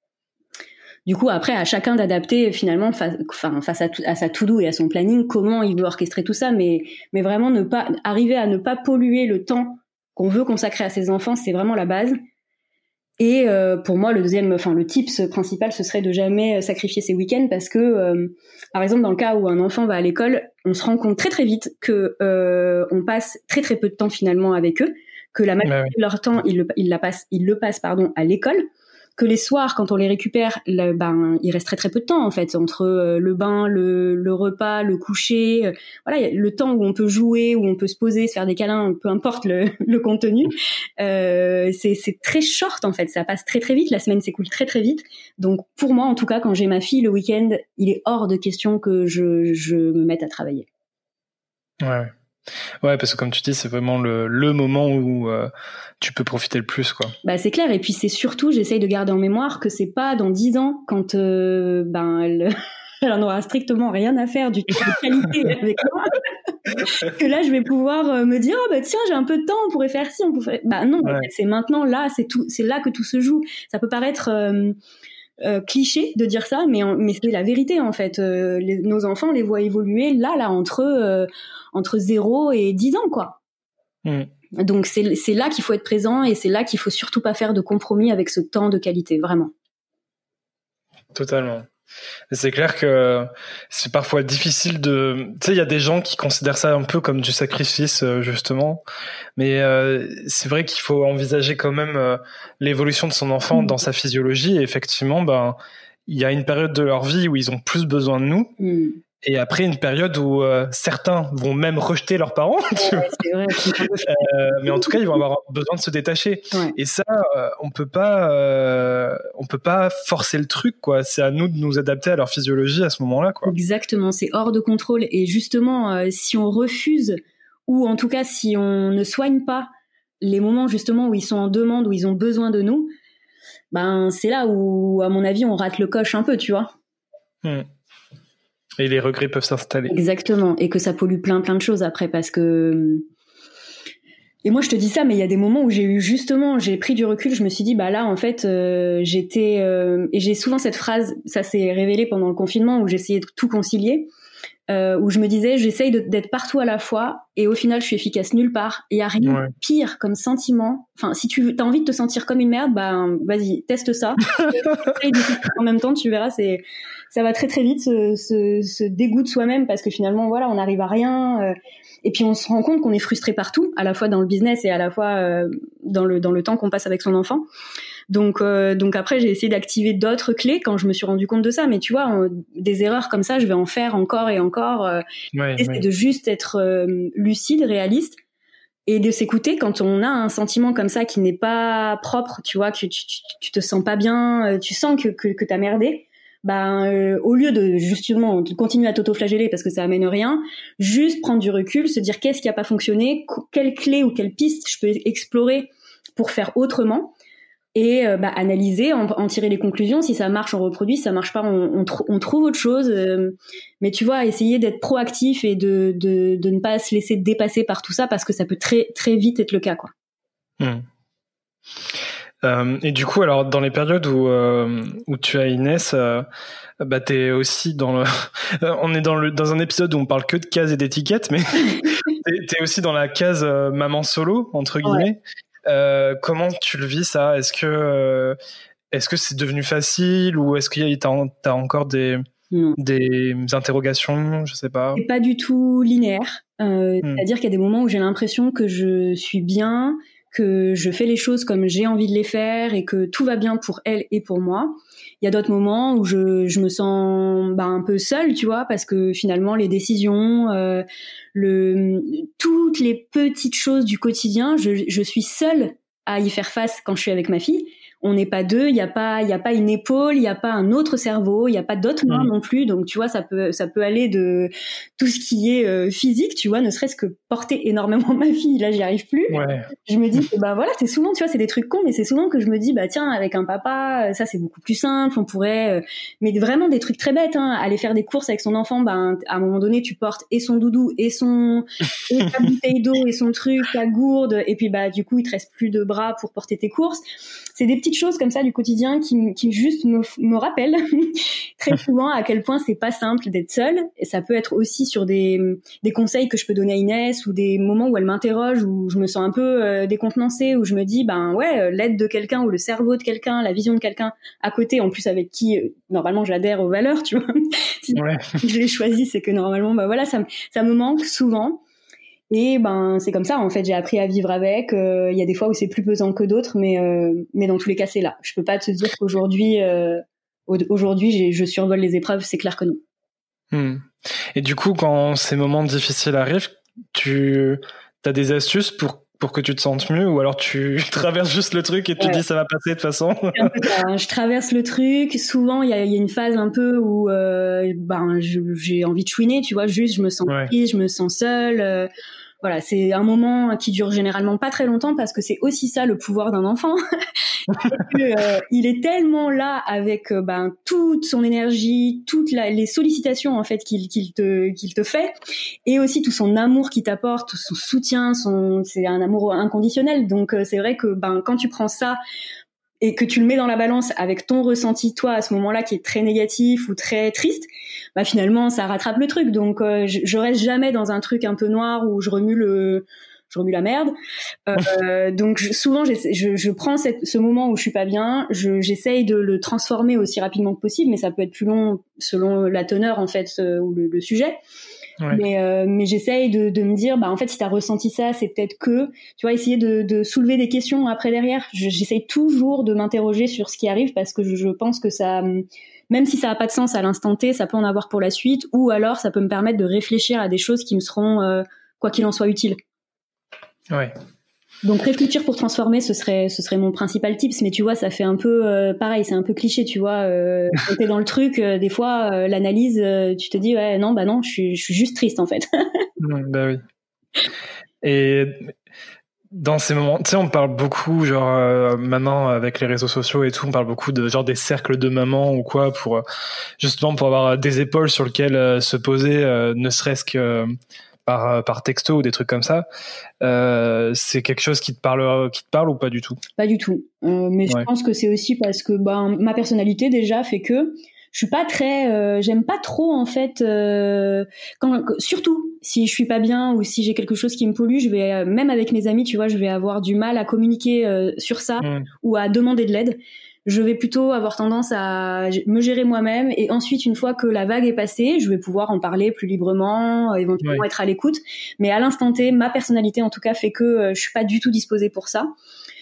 Du coup, après, à chacun d'adapter finalement face, enfin, face à, tout, à sa to-do et à son planning, comment il veut orchestrer tout ça, mais, mais vraiment ne pas arriver à ne pas polluer le temps qu'on veut consacrer à ses enfants, c'est vraiment la base. Et euh, pour moi, le deuxième, enfin le tips principal, ce serait de jamais sacrifier ses week-ends parce que, euh, par exemple, dans le cas où un enfant va à l'école, on se rend compte très très vite que euh, on passe très très peu de temps finalement avec eux, que la majorité ouais. de leur temps, ils le, ils la passent, ils le passent pardon à l'école. Que les soirs, quand on les récupère, le, ben, il reste très très peu de temps en fait entre euh, le bain, le, le repas, le coucher. Euh, voilà, le temps où on peut jouer, où on peut se poser, se faire des câlins, peu importe le, le contenu. Euh, c'est, c'est très short en fait, ça passe très très vite. La semaine s'écoule très très vite. Donc pour moi, en tout cas, quand j'ai ma fille le week-end, il est hors de question que je, je me mette à travailler. Ouais. Ouais, parce que comme tu dis, c'est vraiment le, le moment où euh, tu peux profiter le plus, quoi. Bah c'est clair. Et puis c'est surtout, j'essaye de garder en mémoire que c'est pas dans dix ans quand euh, ben elle, elle en aura strictement rien à faire du tout de qualité avec moi, que là je vais pouvoir me dire oh bah tiens j'ai un peu de temps, on pourrait faire ci, on pourrait. Bah non, ouais. C'est maintenant là, c'est tout, c'est là que tout se joue. Ça peut paraître euh, Euh, cliché de dire ça, mais, en, mais c'est la vérité en fait. Euh, les, nos enfants, on les voit évoluer là, là entre euh, entre zéro et dix ans, quoi. Mm. Donc c'est c'est là qu'il faut être présent et c'est là qu'il faut surtout pas faire de compromis avec ce temps de qualité, vraiment. Totalement. C'est clair que c'est parfois difficile de... Tu sais, il y a des gens qui considèrent ça un peu comme du sacrifice, justement. Mais euh, c'est vrai qu'il faut envisager quand même euh, l'évolution de son enfant mmh. dans sa physiologie. Et effectivement, ben, il y a une période de leur vie où ils ont plus besoin de nous. Mmh. Et après, une période où euh, certains vont même rejeter leurs parents. Tu ouais, c'est vrai, c'est euh, mais en tout cas, ils vont avoir besoin de se détacher. Ouais. Et ça, euh, on peut pas, euh, on peut pas forcer le truc, quoi. C'est à nous de nous adapter à leur physiologie à ce moment-là, quoi. Exactement, c'est hors de contrôle. Et justement, euh, si on refuse, ou en tout cas si on ne soigne pas les moments justement où ils sont en demande, où ils ont besoin de nous, ben c'est là où, à mon avis, on rate le coche un peu, tu vois. Mmh. Et les regrets peuvent s'installer. Exactement, et que ça pollue plein plein de choses après parce que... Et moi je te dis ça, mais il y a des moments où j'ai eu justement, j'ai pris du recul, je me suis dit bah là en fait euh, j'étais... Euh... Et j'ai souvent cette phrase, ça s'est révélé pendant le confinement où j'essayais de tout concilier, euh, où je me disais j'essaye de, d'être partout à la fois et au final je suis efficace nulle part. Il n'y a rien ouais. de pire comme sentiment. Enfin, si tu as envie de te sentir comme une merde, bah vas-y, teste ça. En même temps, tu verras, c'est... ça va très très vite, ce, ce, ce dégoût de soi-même parce que finalement voilà, on n'arrive à rien euh, et puis on se rend compte qu'on est frustré partout, à la fois dans le business et à la fois euh, dans le dans le temps qu'on passe avec son enfant. Donc euh, donc après j'ai essayé d'activer d'autres clés quand je me suis rendu compte de ça, mais tu vois on, des erreurs comme ça, je vais en faire encore et encore. Euh, ouais, et c'est ouais. de juste être euh, lucide, réaliste. Et de s'écouter quand on a un sentiment comme ça qui n'est pas propre, tu vois, que tu, tu, tu te sens pas bien, tu sens que, que, que t'as merdé, ben, euh, au lieu de justement continuer à t'auto-flageller parce que ça amène rien, juste prendre du recul, se dire qu'est-ce qui a pas fonctionné, quelle clé ou quelle piste je peux explorer pour faire autrement et euh, bah, analyser, en, en tirer les conclusions. Si ça marche, on reproduit. Si ça marche pas, on, on, tr- on trouve autre chose. Euh, mais tu vois, essayer d'être proactif et de, de, de ne pas se laisser dépasser par tout ça parce que ça peut très, très vite être le cas, quoi. Mmh. Euh, et du coup, alors dans les périodes où euh, où tu as Inès, euh, bah t'es aussi dans le, on est dans le dans un épisode où on parle que de cases et d'étiquettes, mais t'es, t'es aussi dans la case euh, maman solo entre guillemets. Ouais. Euh, comment tu le vis ça ? Est-ce que euh, est-ce que c'est devenu facile ou est-ce qu'il y a t'as, t'as encore des mmh. des interrogations, je sais pas. C'est pas du tout linéaire. Euh, mmh. C'est-à-dire qu'il y a des moments où j'ai l'impression que je suis bien, que je fais les choses comme j'ai envie de les faire et que tout va bien pour elle et pour moi. Il y a d'autres moments où je, je me sens bah, un peu seule, tu vois, parce que finalement les décisions, euh, le, toutes les petites choses du quotidien, je, je suis seule à y faire face quand je suis avec ma fille. On n'est pas deux, il y a pas, il y a pas une épaule, il y a pas un autre cerveau, il y a pas d'autres mains mmh. non plus. Donc tu vois, ça peut, ça peut aller de tout ce qui est euh, physique, tu vois, ne serait-ce que porter énormément ma fille. Là, j'y arrive plus. Ouais. Je me dis, bah voilà, c'est souvent, tu vois, c'est des trucs cons, mais c'est souvent que je me dis, bah tiens, avec un papa, ça c'est beaucoup plus simple. On pourrait, euh, mais vraiment des trucs très bêtes, hein, aller faire des courses avec son enfant. Ben à un moment donné, tu portes et son doudou et son et ta bouteille d'eau et son truc, ta gourde, et puis bah du coup, il te reste plus de bras pour porter tes courses. c'est des petites choses comme ça du quotidien qui, qui juste me, me rappellent très souvent à quel point c'est pas simple d'être seule. Et ça peut être aussi sur des, des conseils que je peux donner à Inès ou des moments où elle m'interroge, où je me sens un peu euh, décontenancée, où je me dis, ben ouais, l'aide de quelqu'un ou le cerveau de quelqu'un, la vision de quelqu'un à côté, en plus avec qui euh, normalement j'adhère aux valeurs, tu vois. Si ouais. je l'ai choisi, c'est que normalement, bah voilà, ça, ça me manque souvent. Et ben c'est comme ça en fait, j'ai appris à vivre avec. Il euh, y a des fois où c'est plus pesant que d'autres, mais euh, mais dans tous les cas c'est là. Je peux pas te dire qu'aujourd'hui euh, aujourd'hui j'ai, je survole les épreuves, c'est clair que non. Hmm. Et du coup, quand ces moments difficiles arrivent, tu as des astuces pour pour que tu te sentes mieux, ou alors tu traverses juste le truc et tu ouais. dis ça va passer de toute façon. Un peu ça, hein. Je traverse le truc. Souvent, il y a, y a une phase un peu où euh, ben je, j'ai envie de chouiner, tu vois. Juste, je me sens ouais. triste, je me sens seule. Euh, voilà, c'est un moment qui dure généralement pas très longtemps parce que c'est aussi ça le pouvoir d'un enfant. que, euh, il est tellement là avec euh, ben toute son énergie, toutes la, les sollicitations en fait qu'il, qu'il te qu'il te fait, et aussi tout son amour qu'il t'apporte, tout son soutien, son c'est un amour inconditionnel. Donc euh, c'est vrai que ben quand tu prends ça et que tu le mets dans la balance avec ton ressenti toi à ce moment-là qui est très négatif ou très triste, bah finalement ça rattrape le truc. Donc euh, je, je reste jamais dans un truc un peu noir où je remue le je remue la merde. Euh, donc je, souvent je, je prends cette, ce moment où je suis pas bien, je, j'essaye de le transformer aussi rapidement que possible, mais ça peut être plus long selon la teneur en fait euh, ou le, le sujet. Ouais. Mais euh, mais j'essaye de de me dire bah en fait si t'as ressenti ça c'est peut-être que tu vois essayer de de soulever des questions après derrière. Je, j'essaye toujours de m'interroger sur ce qui arrive parce que je, je pense que ça même si ça a pas de sens à l'instant T, ça peut en avoir pour la suite, ou alors ça peut me permettre de réfléchir à des choses qui me seront euh, quoi qu'il en soit utiles. Ouais. Donc réfléchir pour transformer, ce serait ce serait mon principal tips, mais tu vois ça fait un peu euh, pareil, c'est un peu cliché, tu vois. Euh, quand t'es dans le truc, euh, des fois euh, l'analyse, euh, tu te dis ouais non bah non, je suis je suis juste triste en fait. Bah oui. Et dans ces moments, tu sais, on parle beaucoup, genre euh, maintenant avec les réseaux sociaux et tout, on parle beaucoup de genre des cercles de mamans ou quoi, pour justement pour avoir des épaules sur lesquelles euh, se poser, euh, ne serait-ce que euh, par par texto ou des trucs comme ça. Euh, c'est quelque chose qui te parle, qui te parle ou pas du tout? Pas du tout. Euh, mais ouais. Je pense que c'est aussi parce que ben ma personnalité déjà fait que je suis pas très, euh, j'aime pas trop en fait. Euh, quand, surtout si je suis pas bien ou si j'ai quelque chose qui me pollue, je vais euh, même avec mes amis, tu vois, je vais avoir du mal à communiquer euh, sur ça mmh. ou à demander de l'aide. Je vais plutôt avoir tendance à me gérer moi-même, et ensuite une fois que la vague est passée, je vais pouvoir en parler plus librement, éventuellement ouais. être à l'écoute. Mais à l'instant T, ma personnalité en tout cas fait que euh, je suis pas du tout disposée pour ça.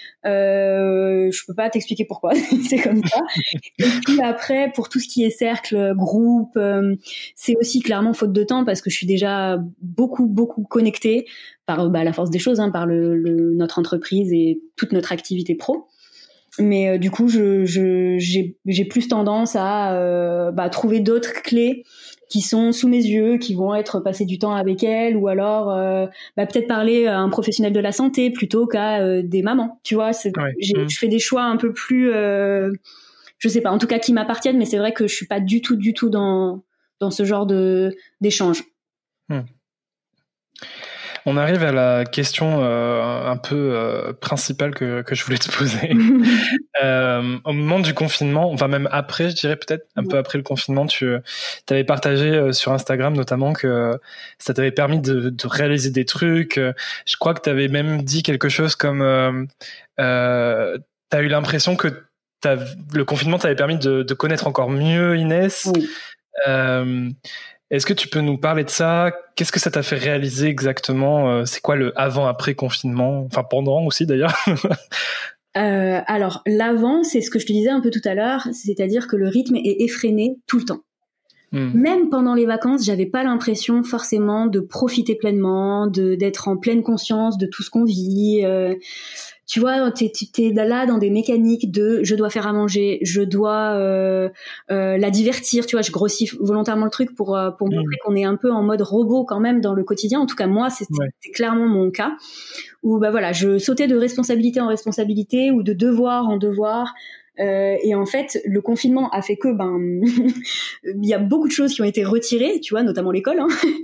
Euh, je peux pas t'expliquer pourquoi, c'est comme ça. Et puis après, pour tout ce qui est cercle, groupe, euh, c'est aussi clairement faute de temps parce que je suis déjà beaucoup beaucoup connectée par bah, la force des choses, hein, par le, le, notre entreprise et toute notre activité pro. Mais euh, du coup, je, je, j'ai, j'ai plus tendance à euh, bah, trouver d'autres clés qui sont sous mes yeux, qui vont être passer du temps avec elles, ou alors euh, bah, peut-être parler à un professionnel de la santé plutôt qu'à euh, des mamans. Tu vois, c'est, ouais. j'ai, mmh. je fais des choix un peu plus, euh, je sais pas, en tout cas qui m'appartiennent, mais c'est vrai que je suis pas du tout, du tout dans dans ce genre de d'échange. Mmh. On arrive à la question euh, un peu euh, principale que, que je voulais te poser. euh, au moment du confinement, enfin même après, je dirais peut-être un ouais. peu après le confinement, tu avais partagé euh, sur Instagram notamment que ça t'avait permis de, de réaliser des trucs. Je crois que tu avais même dit quelque chose comme euh, euh, tu as eu l'impression que t'as, le confinement t'avait permis de, de connaître encore mieux Inès. Oui. Euh, Est-ce que tu peux nous parler de ça? Qu'est-ce que ça t'a fait réaliser exactement? C'est quoi le avant-après confinement? Enfin, pendant aussi d'ailleurs. euh, alors, l'avant, c'est ce que je te disais un peu tout à l'heure, c'est-à-dire que le rythme est effréné tout le temps. Mmh. Même pendant les vacances, j'avais pas l'impression forcément de profiter pleinement, de d'être en pleine conscience de tout ce qu'on vit. Euh, tu vois, t'es, t'es là dans des mécaniques de je dois faire à manger, je dois euh, euh, la divertir, tu vois, je grossis volontairement le truc pour pour mmh. montrer qu'on est un peu en mode robot quand même dans le quotidien. En tout cas, moi, c'est, ouais. c'est clairement mon cas où bah voilà, je sautais de responsabilité en responsabilité ou de devoir en devoir. Euh, et en fait, le confinement a fait que ben il y a beaucoup de choses qui ont été retirées, tu vois, notamment l'école. Hein.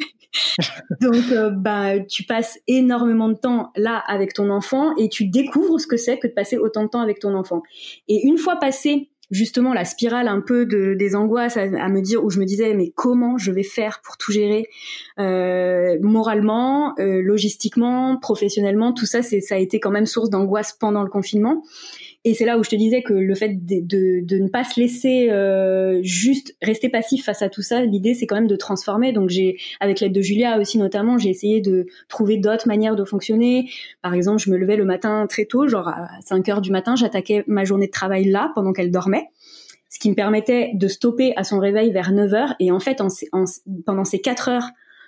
Donc, euh, bah, tu passes énormément de temps là avec ton enfant et tu découvres ce que c'est que de passer autant de temps avec ton enfant. Et une fois passé justement la spirale un peu de des angoisses à, à me dire où je me disais mais comment je vais faire pour tout gérer euh, moralement, euh, logistiquement, professionnellement, tout ça c'est ça a été quand même source d'angoisse pendant le confinement. Et c'est là où je te disais que le fait de, de, de ne pas se laisser euh, juste rester passif face à tout ça, l'idée c'est quand même de transformer. Donc j'ai, avec l'aide de Julia aussi notamment, j'ai essayé de trouver d'autres manières de fonctionner. Par exemple, je me levais le matin très tôt, genre à cinq heures du matin, j'attaquais ma journée de travail là pendant qu'elle dormait, ce qui me permettait de stopper à son réveil vers neuf heures. Et en fait, en, en, pendant ces quatre heures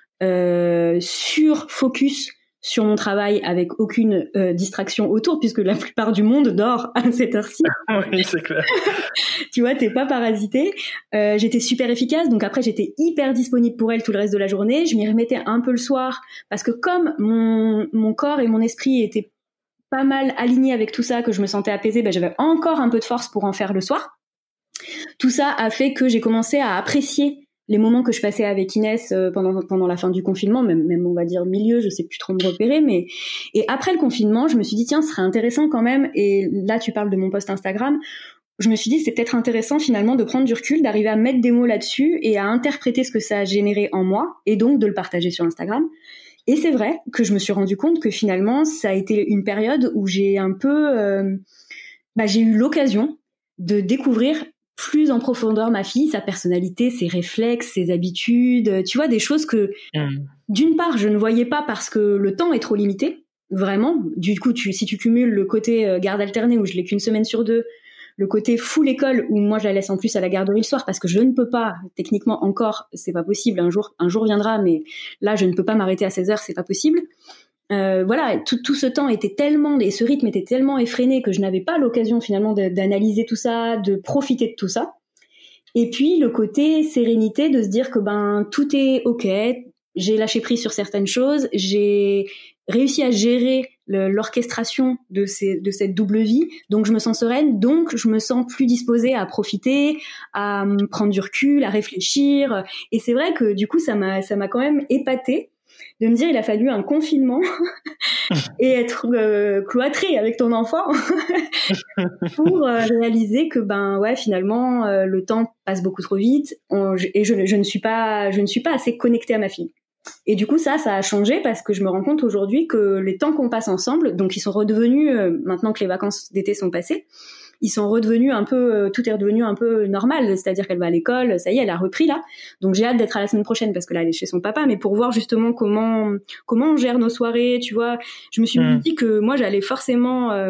euh, sur focus sur mon travail avec aucune euh, distraction autour, puisque la plupart du monde dort à cette heure-ci. Oui, c'est clair. Tu vois, t'es pas parasité. Euh, j'étais super efficace, donc après j'étais hyper disponible pour elle tout le reste de la journée. Je m'y remettais un peu le soir, parce que comme mon, mon corps et mon esprit étaient pas mal alignés avec tout ça, que je me sentais apaisée, ben, j'avais encore un peu de force pour en faire le soir. Tout ça a fait que j'ai commencé à apprécier les moments que je passais avec Inès euh, pendant pendant la fin du confinement, même même on va dire milieu, je sais plus trop me repérer, mais et après le confinement, je me suis dit tiens, ce serait intéressant quand même. Et là, tu parles de mon post Instagram. Je me suis dit c'est peut-être intéressant finalement de prendre du recul, d'arriver à mettre des mots là-dessus et à interpréter ce que ça a généré en moi et donc de le partager sur Instagram. Et c'est vrai que je me suis rendu compte que finalement, ça a été une période où j'ai un peu, euh, bah j'ai eu l'occasion de découvrir plus en profondeur ma fille, sa personnalité, ses réflexes, ses habitudes, tu vois, des choses que, mmh. d'une part, je ne voyais pas parce que le temps est trop limité, vraiment. Du coup, tu, si tu cumules le côté euh, garde alternée où je l'ai qu'une semaine sur deux, le côté full école où moi je la laisse en plus à la garderie le soir parce que je ne peux pas, techniquement encore, c'est pas possible, un jour, un jour viendra, mais là je ne peux pas m'arrêter à seize heures, c'est pas possible. Euh, voilà, tout, tout ce temps était tellement, et ce rythme était tellement effréné que je n'avais pas l'occasion finalement de, d'analyser tout ça, de profiter de tout ça. Et puis le côté sérénité de se dire que ben tout est ok, j'ai lâché prise sur certaines choses, j'ai réussi à gérer le, l'orchestration de, ces, de cette double vie, donc je me sens sereine, donc je me sens plus disposée à profiter, à prendre du recul, à réfléchir. Et c'est vrai que du coup ça m'a, ça m'a quand même épatée de me dire il a fallu un confinement et être euh, cloîtré avec ton enfant pour euh, réaliser que ben ouais finalement euh, le temps passe beaucoup trop vite on, et je, je ne suis pas je ne suis pas assez connectée à ma fille. Et du coup ça ça a changé parce que je me rends compte aujourd'hui que les temps qu'on passe ensemble, donc ils sont redevenus euh, maintenant que les vacances d'été sont passées, ils sont redevenus un peu, euh, tout est redevenu un peu normal, c'est-à-dire qu'elle va à l'école, ça y est, elle a repris là. Donc j'ai hâte d'être à la semaine prochaine parce que là elle est chez son papa, mais pour voir justement comment comment on gère nos soirées, tu vois. Je me suis mmh. dit que moi j'allais forcément euh,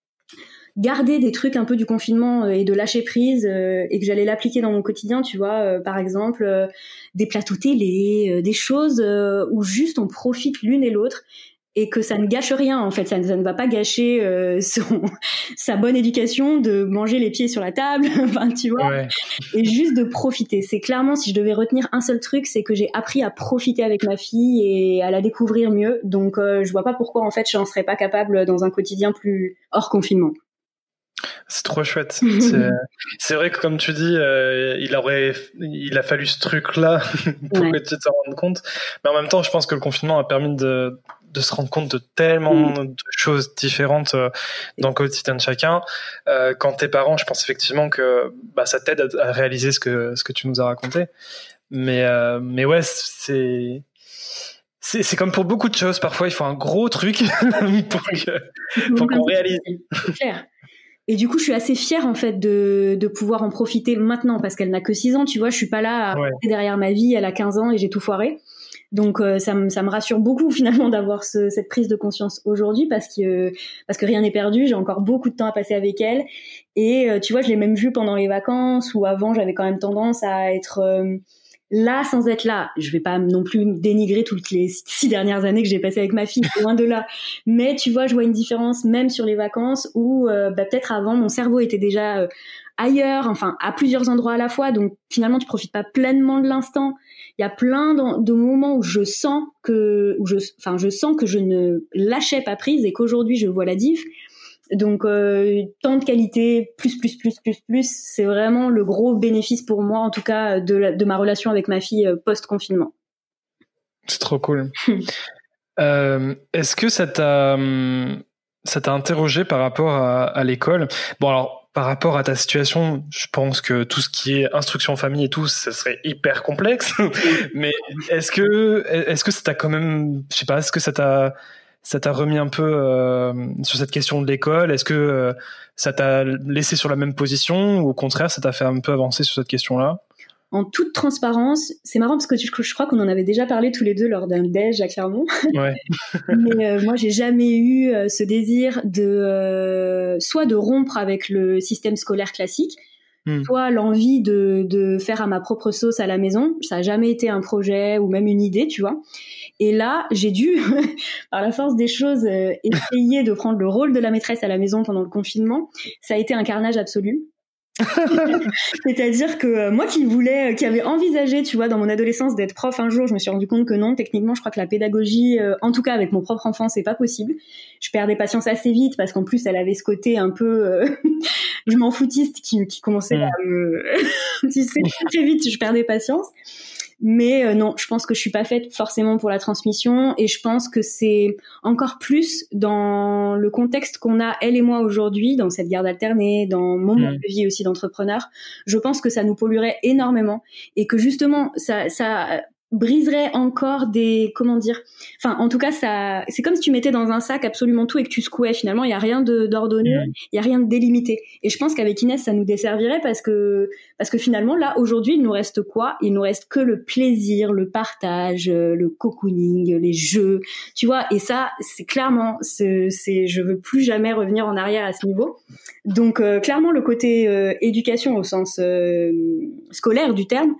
garder des trucs un peu du confinement et de lâcher prise euh, et que j'allais l'appliquer dans mon quotidien, tu vois. Euh, par exemple, euh, des plateaux télé, euh, des choses euh, où juste on profite l'une et l'autre. Et que ça ne gâche rien en fait, ça, ça ne va pas gâcher euh, son, sa bonne éducation de manger les pieds sur la table, enfin tu vois, ouais. Et juste de profiter. C'est clairement, si je devais retenir un seul truc, c'est que j'ai appris à profiter avec ma fille et à la découvrir mieux. Donc euh, je vois pas pourquoi en fait j'en serais pas capable dans un quotidien plus hors confinement. C'est trop chouette. c'est, c'est vrai que comme tu dis, euh, il aurait, il a fallu ce truc-là pour ouais. que tu t'en rendes compte. Mais en même temps, je pense que le confinement a permis de de se rendre compte de tellement mmh. de choses différentes euh, dans le quotidien de chacun. Euh, quand t'es parent, je pense effectivement que bah ça t'aide à, à réaliser ce que ce que tu nous as raconté. Mais euh, mais ouais, c'est c'est c'est comme pour beaucoup de choses. Parfois, il faut un gros truc pour que pour qu'on réalise. C'est clair. Et du coup, je suis assez fière en fait de de pouvoir en profiter maintenant parce qu'elle n'a que six ans. Tu vois, je suis pas là à ouais. derrière ma vie. Elle a quinze ans et j'ai tout foiré. Donc euh, ça me ça me rassure beaucoup finalement d'avoir ce, cette prise de conscience aujourd'hui parce que parce que rien n'est perdu, j'ai encore beaucoup de temps à passer avec elle et euh, tu vois, je l'ai même vue pendant les vacances où avant j'avais quand même tendance à être euh, là sans être là. Je vais pas non plus dénigrer toutes les six dernières années que j'ai passées avec ma fille, loin de là. Mais tu vois, je vois une différence même sur les vacances où euh, bah peut-être avant mon cerveau était déjà euh, ailleurs, enfin à plusieurs endroits à la fois, donc finalement tu profites pas pleinement de l'instant. Il y a plein de moments où je sens que, où je, enfin je sens que je ne lâchais pas prise et qu'aujourd'hui je vois la diff. Donc, euh, temps de qualité, plus, plus, plus, plus, plus, c'est vraiment le gros bénéfice pour moi, en tout cas, de, la, de ma relation avec ma fille post-confinement. C'est trop cool. euh, est-ce que ça t'a, ça t'a interrogé par rapport à, à l'école ? Bon, alors, par rapport à ta situation, je pense que tout ce qui est instruction famille et tout, ça serait hyper complexe. Mais est-ce que, est-ce que ça t'a quand même, je sais pas, est-ce que ça t'a, ça t'a remis un peu euh, sur cette question de l'école ? Est-ce que euh, ça t'a laissé sur la même position ou au contraire, ça t'a fait un peu avancer sur cette question-là ? En toute transparence, c'est marrant parce que je, je crois qu'on en avait déjà parlé tous les deux lors d'un déj à Clermont. Ouais. Mais euh, moi, j'ai jamais eu euh, ce désir de euh, soit de rompre avec le système scolaire classique, mmh. soit l'envie de, de faire à ma propre sauce à la maison. Ça a jamais été un projet ou même une idée, tu vois. Et là, j'ai dû, par la force des choses, euh, essayer de prendre le rôle de la maîtresse à la maison pendant le confinement. Ça a été un carnage absolu. C'est-à-dire que euh, moi qui voulais, euh, qui avait envisagé, tu vois, dans mon adolescence d'être prof un jour, je me suis rendu compte que non, techniquement, je crois que la pédagogie, euh, en tout cas avec mon propre enfant, c'est pas possible. Je perdais patience assez vite parce qu'en plus, elle avait ce côté un peu, euh, je m'en foutiste qui, qui commençait mmh. à me, tu sais, très vite, je perdais patience. Mais euh, non, je pense que je suis pas faite forcément pour la transmission et je pense que c'est encore plus dans le contexte qu'on a, elle et moi, aujourd'hui, dans cette garde alternée, dans mon mode de vie aussi d'entrepreneur. Je pense que ça nous polluerait énormément et que justement, ça, ça briserait encore des, comment dire, enfin, en tout cas, ça, c'est comme si tu mettais dans un sac absolument tout et que tu secouais. Finalement, il y a rien de, d'ordonné, il y a rien de délimité. Et je pense qu'avec Inès, ça nous desservirait parce que, parce que finalement, là, aujourd'hui, il nous reste quoi? Il nous reste que le plaisir, le partage, le cocooning, les jeux, tu vois. Et ça, c'est clairement, c'est, c'est, je veux plus jamais revenir en arrière à ce niveau. Donc, euh, clairement, le côté euh, éducation au sens euh, scolaire du terme,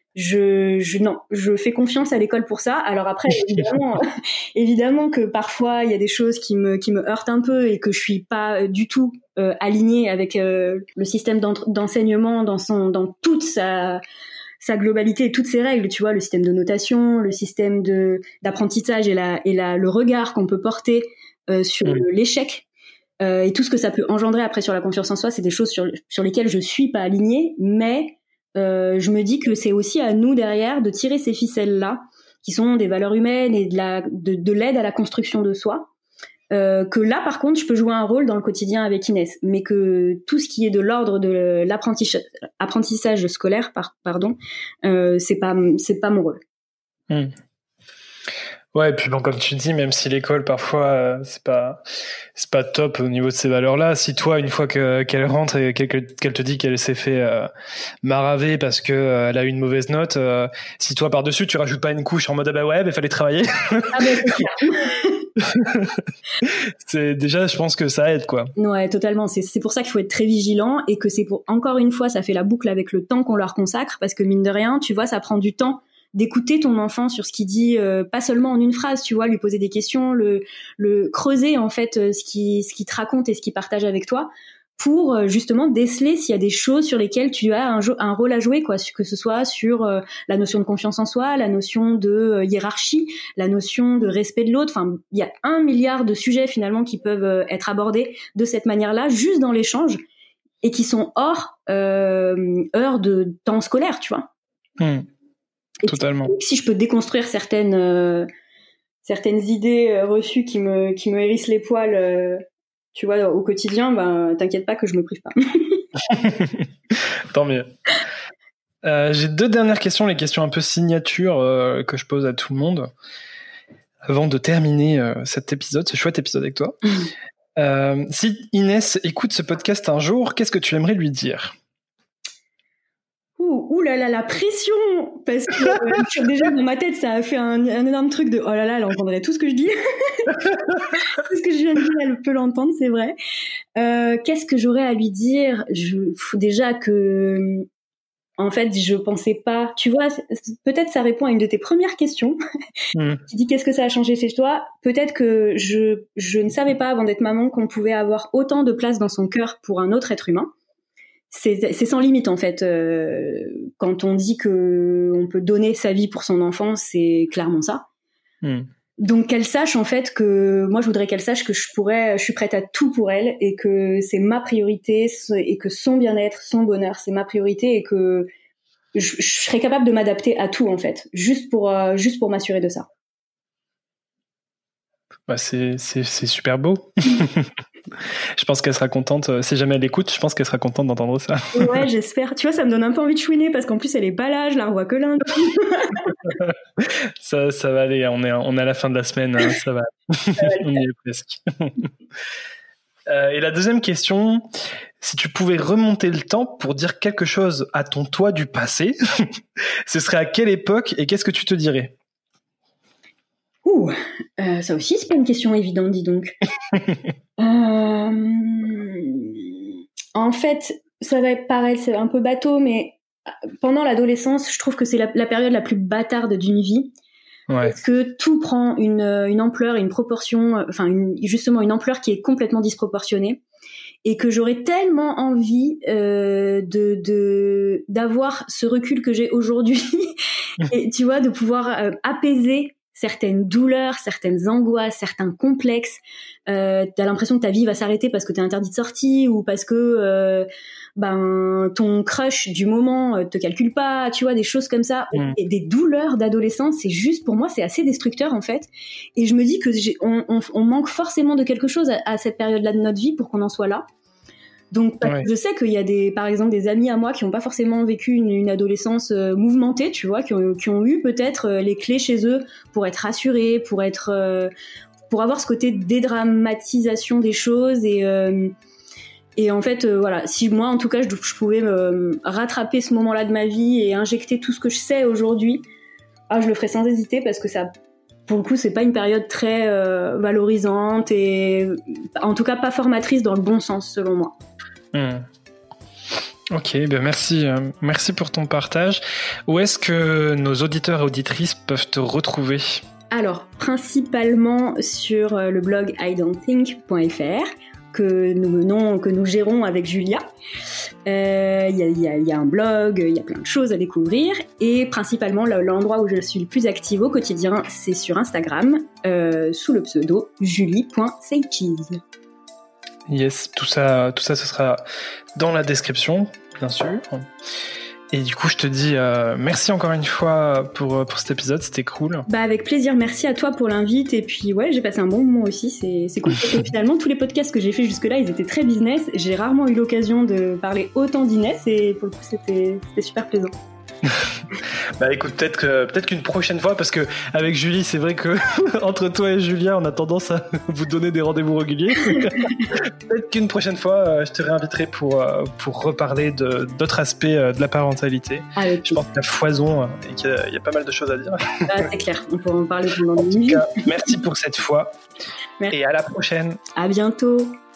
Je, je, non, je fais confiance à l'école pour ça. Alors après, évidemment, évidemment que parfois il y a des choses qui me, qui me heurtent un peu et que je suis pas du tout euh, alignée avec euh, le système d'enseignement dans son, dans toute sa, sa globalité et toutes ses règles. Tu vois, le système de notation, le système de d'apprentissage et la, et la, le regard qu'on peut porter euh, sur mmh. l'échec. Euh, et tout ce que ça peut engendrer après sur la confiance en soi, c'est des choses sur, sur lesquelles je suis pas alignée, mais Euh, je me dis que c'est aussi à nous derrière de tirer ces ficelles-là, qui sont des valeurs humaines et de, la, de, de l'aide à la construction de soi, euh, que là, par contre, je peux jouer un rôle dans le quotidien avec Inès, mais que tout ce qui est de l'ordre de l'apprentissage apprentissage scolaire, par, pardon, euh, c'est pas, c'est pas mon rôle. Mmh. Ouais, et puis bon, comme tu dis, même si l'école parfois euh, c'est pas c'est pas top au niveau de ces valeurs-là, si toi une fois que qu'elle rentre et qu'elle, qu'elle te dit qu'elle s'est fait euh, maraver parce que euh, elle a eu une mauvaise note, euh, si toi par dessus tu rajoutes pas une couche en mode ah bah ouais, il fallait travailler. Ah bah c'est clair. C'est déjà, je pense que ça aide quoi. Ouais, totalement. C'est c'est pour ça qu'il faut être très vigilant et que c'est pour encore une fois ça fait la boucle avec le temps qu'on leur consacre parce que mine de rien, tu vois, ça prend du temps d'écouter ton enfant sur ce qu'il dit, euh, pas seulement en une phrase, tu vois, lui poser des questions, le, le creuser en fait euh, ce qui, ce qu'il te raconte et ce qu'il partage avec toi, pour euh, justement déceler s'il y a des choses sur lesquelles tu as un, un rôle à jouer, quoi, que ce soit sur euh, la notion de confiance en soi, la notion de euh, hiérarchie, la notion de respect de l'autre. Enfin, il y a un milliard de sujets finalement qui peuvent euh, être abordés de cette manière-là, juste dans l'échange, et qui sont hors euh, heure de temps scolaire, tu vois. Mmh. Et Totalement. puis, si je peux déconstruire certaines euh, certaines idées euh, reçues qui me qui me hérissent les poils, euh, tu vois, au quotidien, ben t'inquiète pas que je me prive pas. Tant mieux. Euh, j'ai deux dernières questions, les questions un peu signature euh, que je pose à tout le monde avant de terminer euh, cet épisode, ce chouette épisode avec toi. euh, si Inès écoute ce podcast un jour, qu'est-ce que tu aimerais lui dire ? Ouh, ouh là là, la pression, parce que euh, déjà dans ma tête ça a fait un, un énorme truc de oh là là, elle entendrait tout ce que je dis. Tout ce que je viens de dire, elle peut l'entendre, c'est vrai. Euh, qu'est-ce que j'aurais à lui dire ? Je, faut déjà que, en fait, je pensais pas. Tu vois, peut-être ça répond à une de tes premières questions. Mmh. Tu dis qu'est-ce que ça a changé chez toi ? Peut-être que je je ne savais pas avant d'être maman qu'on pouvait avoir autant de place dans son cœur pour un autre être humain. C'est, c'est sans limite en fait. Euh, quand on dit que on peut donner sa vie pour son enfant, c'est clairement ça. Mmh. Donc qu'elle sache en fait que moi je voudrais qu'elle sache que je pourrais, je suis prête à tout pour elle et que c'est ma priorité et que son bien-être, son bonheur, c'est ma priorité et que je, je serais capable de m'adapter à tout en fait, juste pour euh, juste pour m'assurer de ça. Bah c'est c'est c'est super beau. Je pense qu'elle sera contente. Si jamais elle écoute, je pense qu'elle sera contente d'entendre ça. Ouais, j'espère. Tu vois, ça me donne un peu envie de chouiner parce qu'en plus elle est pas là, je la revois que lundi. ça, ça va aller. On est, on est à la fin de la semaine. Hein, ça va. On y est presque. euh, et la deuxième question, si tu pouvais remonter le temps pour dire quelque chose à ton toi du passé, ce serait à quelle époque et qu'est-ce que tu te dirais? Ouh, euh, ça aussi c'est pas une question évidente, dis donc. euh... En fait, ça va paraître c'est un peu bateau, mais pendant l'adolescence, je trouve que c'est la, la période la plus bâtarde d'une vie. Ouais. Parce que tout prend une, une ampleur et une proportion, enfin une, justement une ampleur qui est complètement disproportionnée. Et que j'aurais tellement envie euh, de, de d'avoir ce recul que j'ai aujourd'hui, et tu vois, de pouvoir euh, apaiser certaines douleurs, certaines angoisses, certains complexes. Euh, t'as l'impression que ta vie va s'arrêter parce que t'es interdit de sortie ou parce que euh, ben ton crush du moment te calcule pas, tu vois, des choses comme ça. Mm. Et des douleurs d'adolescence, c'est juste, pour moi, c'est assez destructeur en fait. Et je me dis que j'ai, on, on, on manque forcément de quelque chose à, à cette période-là de notre vie pour qu'on en soit là. Donc, ouais. Je sais qu'il y a des, par exemple, des amis à moi qui n'ont pas forcément vécu une, une adolescence euh, mouvementée, tu vois, qui ont, qui ont eu peut-être euh, les clés chez eux pour être rassurés, pour être, euh, pour avoir ce côté de dédramatisation des choses et euh, et en fait, euh, voilà, si moi, en tout cas, je, je pouvais me rattraper ce moment-là de ma vie et injecter tout ce que je sais aujourd'hui, ah, je le ferais sans hésiter parce que ça. Pour le coup, c'est pas une période très euh, valorisante et en tout cas pas formatrice dans le bon sens selon moi. Mmh. Ok, ben merci, euh, merci pour ton partage. Où est-ce que nos auditeurs et auditrices peuvent te retrouver ? Alors, principalement sur euh, le blog i don't think point f r que nous menons, que nous gérons avec Julia. Il euh, y, y, y a un blog, il y a plein de choses à découvrir et principalement l'endroit où je suis le plus active au quotidien, c'est sur Instagram euh, sous le pseudo julie point saycheese. Yes, tout ça, tout ça, ce sera dans la description, bien sûr. Et du coup, je te dis euh, merci encore une fois pour, pour cet épisode, c'était cool. Bah avec plaisir, merci à toi pour l'invite. Et puis ouais, j'ai passé un bon moment aussi, c'est, c'est cool. Parce que finalement, tous les podcasts que j'ai fait jusque-là, ils étaient très business. J'ai rarement eu l'occasion de parler autant d'Inès et pour le coup, c'était, c'était super plaisant. Bah écoute, peut-être que peut-être qu'une prochaine fois, parce que avec Julie, c'est vrai que entre toi et Julia, on a tendance à vous donner des rendez-vous réguliers. Peut-être qu'une prochaine fois, je te réinviterai pour pour reparler de d'autres aspects de la parentalité. Ah, oui. Je pense qu'il y a foison et qu'il y a, il y a pas mal de choses à dire. Ah, c'est clair, on pourra en parler pendant une minute. Merci pour cette fois. Merci. Et à la prochaine. À bientôt.